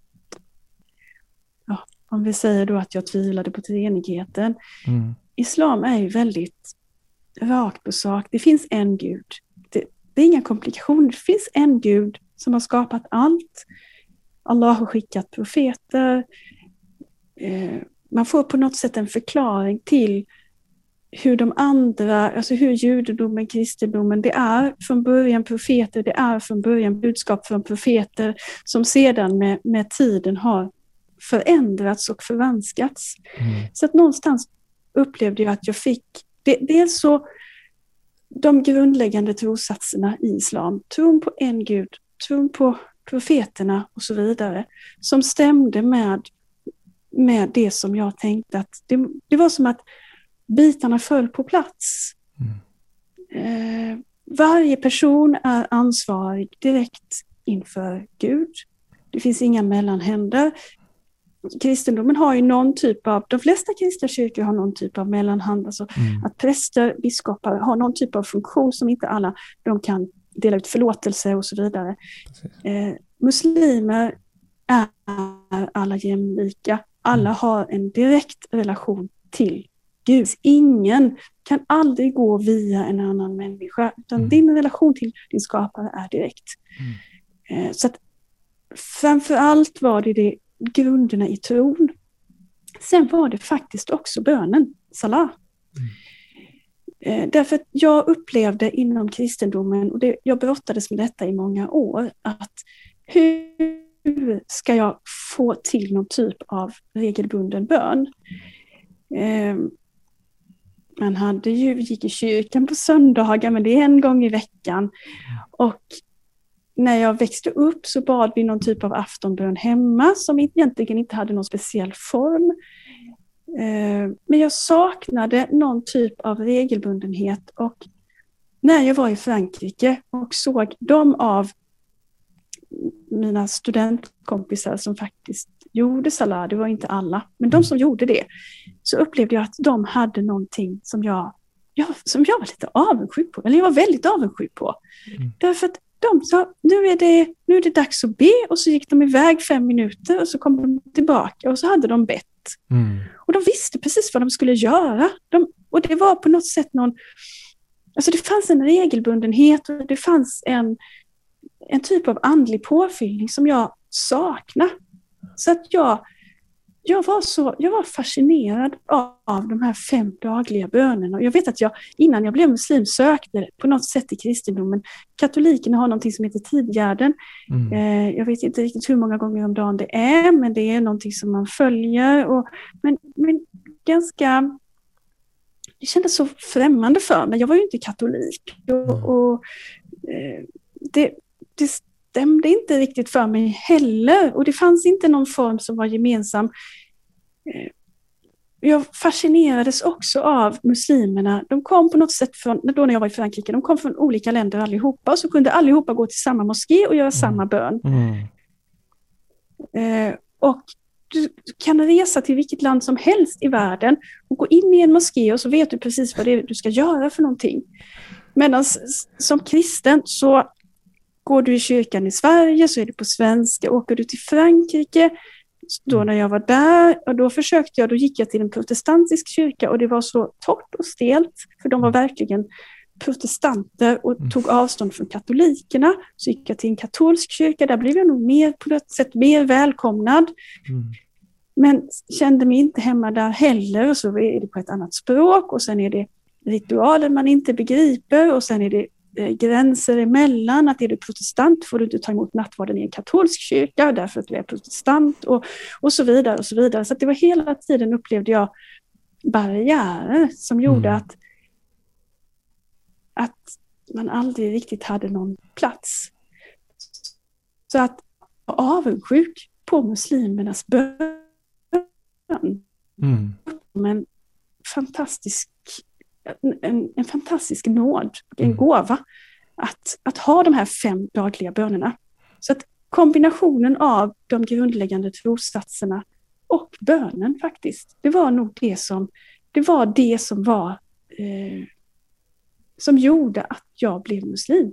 om vi säger då att jag tvivlade på treenigheten. Islam är ju väldigt rakt på sak. Det finns en Gud. Det är inga komplikationer. Det finns en Gud som har skapat allt. Allah har skickat profeter. Man får på något sätt en förklaring till hur de andra, alltså hur judendomen, kristendomen, det är från början profeter, det är från början budskap från profeter som sedan med tiden har förändrats och förvanskats. Så att någonstans upplevde jag att jag fick, dels så de grundläggande trossatserna i islam, tron på en Gud, tron på profeterna och så vidare, som stämde med det som jag tänkte att det var som att bitarna föll på plats. Varje person är ansvarig direkt inför Gud. Det finns inga mellanhänder. Kristendomen har ju någon typ av, de flesta kristna kyrkor har någon typ av mellanhand, alltså att präster, biskopar har någon typ av funktion som inte alla, de kan dela ut förlåtelse och så vidare. Muslimer är alla jämlika. Alla har en direkt relation till Gud. Ingen kan aldrig gå via en annan människa, utan din relation till din skapare är direkt. Så att framförallt var det grunderna i tron. Sen var det faktiskt också bönen, salah. Därför att jag upplevde inom kristendomen, och jag brottades med detta i många år, att hur ska jag få till någon typ av regelbunden bön? Man gick i kyrkan på söndagar, men det är en gång i veckan. Och när jag växte upp så bad vi någon typ av aftonbön hemma som egentligen inte hade någon speciell form. Men jag saknade någon typ av regelbundenhet, och när jag var i Frankrike och såg de av mina studentkompisar som faktiskt gjorde salah, det var inte alla, men de som gjorde det, så upplevde jag att de hade någonting som jag var lite avundsjuk på, eller jag var väldigt avundsjuk på. Därför att de sa, nu är det dags att be, och så gick de iväg 5 minuter och så kom de tillbaka och så hade de bett. Och de visste precis vad de skulle göra. Och det var på något sätt alltså det fanns en regelbundenhet, och det fanns en typ av andlig påfyllning som jag saknade. Så att jag var fascinerad av de här 5 dagliga bönerna. Och jag vet att innan jag blev muslim sökte på något sätt i kristendomen. Katolikerna har någonting som heter tidgärden. Jag vet inte riktigt hur många gånger om dagen det är, men det är någonting som man följer. Men ganska... Det kändes så främmande för mig. Jag var ju inte katolik. Det stämde inte riktigt för mig heller. Och det fanns inte någon form som var gemensam. Jag fascinerades också av muslimerna. De kom på något sätt då när jag var i Frankrike, de kom från olika länder allihopa, och så kunde allihopa gå till samma moské och göra samma bön. Och du kan resa till vilket land som helst i världen och gå in i en moské, och så vet du precis vad det är du ska göra för någonting. Medan som kristen så går du i kyrkan i Sverige så är det på svenska. Åker du till Frankrike, då när jag var där, och då gick jag till en protestantisk kyrka, och det var så torrt och stelt, för de var verkligen protestanter och tog avstånd från katolikerna. Så gick jag till en katolsk kyrka, där blev jag nog på något sätt mer välkomnad. Men kände mig inte hemma där heller, och så är det på ett annat språk, och sen är det ritualer man inte begriper, och sen är det gränser emellan, att är du protestant får du inte ta emot nattvarden i en katolsk kyrka därför att du är protestant, och så vidare och så vidare. Så att det var hela tiden, upplevde jag, barriärer som gjorde att man aldrig riktigt hade någon plats. Så att avundsjuk på muslimernas bön, men en fantastisk nåd, en gåva att ha de här 5 dagliga bönerna. Så att kombinationen av de grundläggande trossatserna och bönen faktiskt, det var nog det som gjorde att jag blev muslim.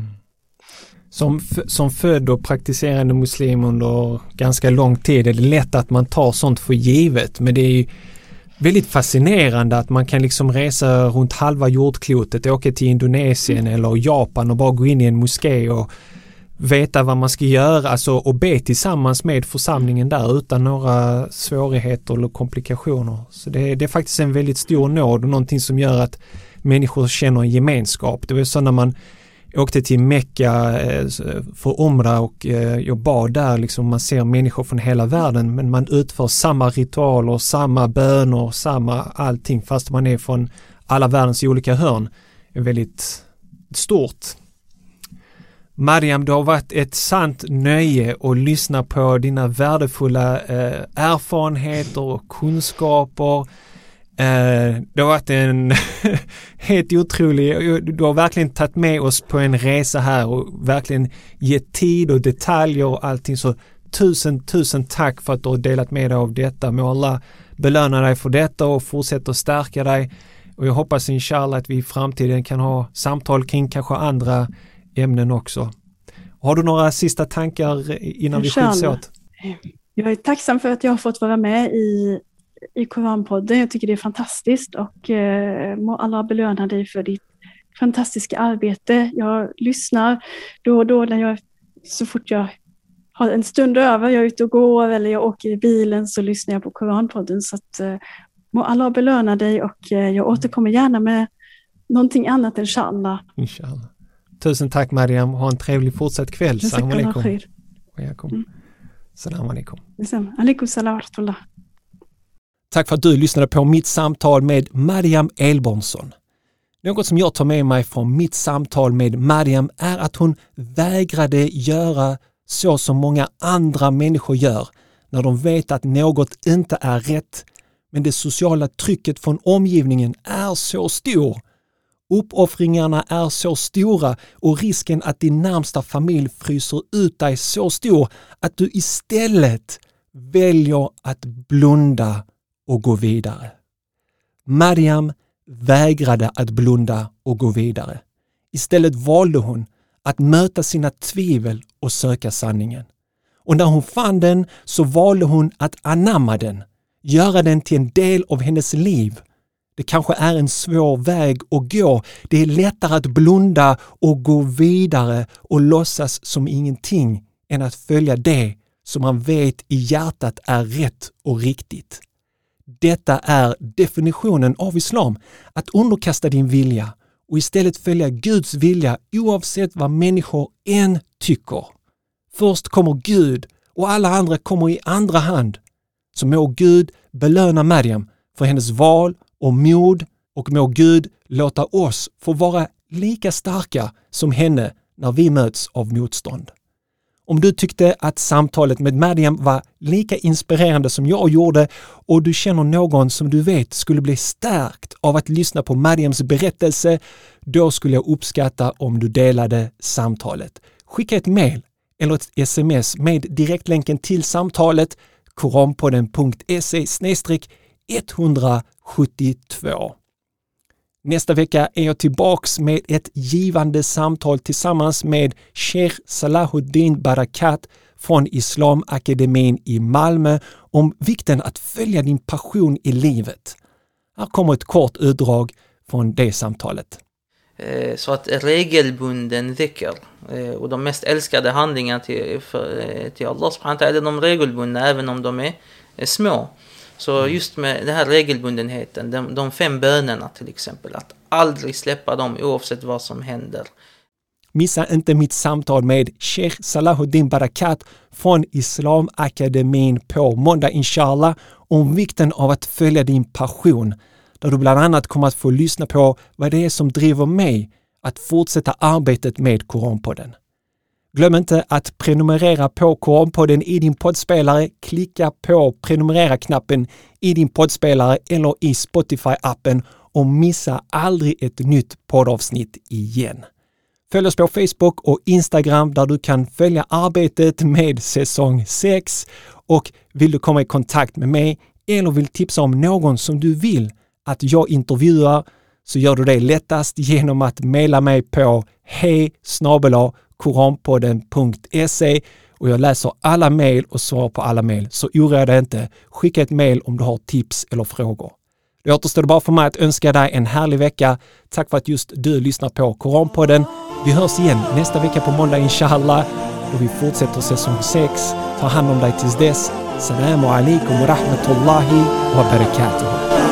Som född och praktiserande muslim under ganska lång tid är det lätt att man tar sånt för givet, men det är ju väldigt fascinerande att man kan liksom resa runt halva jordklotet, åka till Indonesien eller Japan och bara gå in i en moské och veta vad man ska göra, alltså, och be tillsammans med församlingen där utan några svårigheter eller komplikationer. Så det är faktiskt en väldigt stor nåd och någonting som gör att människor känner en gemenskap. Det var så när man åkte till Mekka för Umra och jag bad där, liksom, man ser människor från hela världen, men man utför samma ritualer, samma böner, samma allting, fast man är från alla världens olika hörn. Det är väldigt stort. Mariam, det har varit ett sant nöje att lyssna på dina värdefulla erfarenheter och kunskaper. Det har varit en helt otrolig, du har verkligen tagit med oss på en resa här och verkligen gett tid och detaljer och allting, så tusen tack för att du har delat med dig av detta. Må Allah belöna dig för detta och fortsätta att stärka dig, och jag hoppas inshallah att vi i framtiden kan ha samtal kring kanske andra ämnen också. Har du några sista tankar innan vi skiljs åt? Jag är tacksam för att jag har fått vara med i Koranpodden. Jag tycker det är fantastiskt, och må Allah belöna dig för ditt fantastiska arbete. Jag lyssnar då och då så fort jag har en stund över, jag är ute och går eller jag åker i bilen, så lyssnar jag på Koranpodden. Så att må Allah belöna dig, och jag återkommer gärna med någonting annat inshallah. Inshallah. Tusen tack Mariam, ha en trevlig fortsatt kväll. Salam alaikum. Salam alaikum. Alaikum salam wa rahmatullah. Tack för att du lyssnade på mitt samtal med Mariam Elbornsson. Något som jag tar med mig från mitt samtal med Mariam är att hon vägrade göra så som många andra människor gör när de vet att något inte är rätt, men det sociala trycket från omgivningen är så stor. Uppoffringarna är så stora och risken att din närmsta familj fryser ut dig så stor att du istället väljer att blunda och gå vidare. Mariam vägrade att blunda och gå vidare. Istället valde hon att möta sina tvivel och söka sanningen. Och när hon fann den så valde hon att anamma den, göra den till en del av hennes liv. Det kanske är en svår väg att gå. Det är lättare att blunda och gå vidare och låtsas som ingenting än att följa det som man vet i hjärtat är rätt och riktigt. Detta är definitionen av islam, att underkasta din vilja och istället följa Guds vilja oavsett vad människor än tycker. Först kommer Gud och alla andra kommer i andra hand. Så må Gud belöna Mariam för hennes val och mod, och må Gud låta oss få vara lika starka som henne när vi möts av motstånd. Om du tyckte att samtalet med Mariam var lika inspirerande som jag gjorde, och du känner någon som du vet skulle bli stärkt av att lyssna på Mariams berättelse, då skulle jag uppskatta om du delade samtalet. Skicka ett mejl eller ett sms med direktlänken till samtalet koranpodden.se/172. Nästa vecka är jag tillbaks med ett givande samtal tillsammans med Sheikh Salahuddin Barakat från Islamakademin i Malmö om vikten att följa din passion i livet. Här kommer ett kort utdrag från det samtalet. Så att regelbunden dhikr och de mest älskade handlingar till Allah subhanahu wa ta'ala är de regelbundna, även om de är små. Så just med den här regelbundenheten, de 5 bönerna till exempel, att aldrig släppa dem oavsett vad som händer. Missa inte mitt samtal med Sheikh Salahuddin Barakat från Islamakademin på måndag inshallah om vikten av att följa din passion, där du bland annat kommer att få lyssna på vad det är som driver mig att fortsätta arbetet med Koranpodden. Glöm inte att prenumerera på Koranpodden i din poddspelare. Klicka på prenumerera-knappen i din poddspelare eller i Spotify-appen och missa aldrig ett nytt poddavsnitt igen. Följ oss på Facebook och Instagram där du kan följa arbetet med säsong 6, och vill du komma i kontakt med mig eller vill tipsa om någon som du vill att jag intervjuar, så gör du det lättast genom att mejla mig på hej@koranpodden.se, och jag läser alla mejl och svarar på alla mejl, så oroa dig inte. Skicka ett mejl om du har tips eller frågor. Det återstår bara för mig att önska dig en härlig vecka. Tack för att just du lyssnar på Koranpodden. Vi hörs igen nästa vecka på måndag inshallah, och vi fortsätter säsong 6. Ta hand om dig tills dess. Assalamu alaikum wa rahmatullahi wa barakatuh.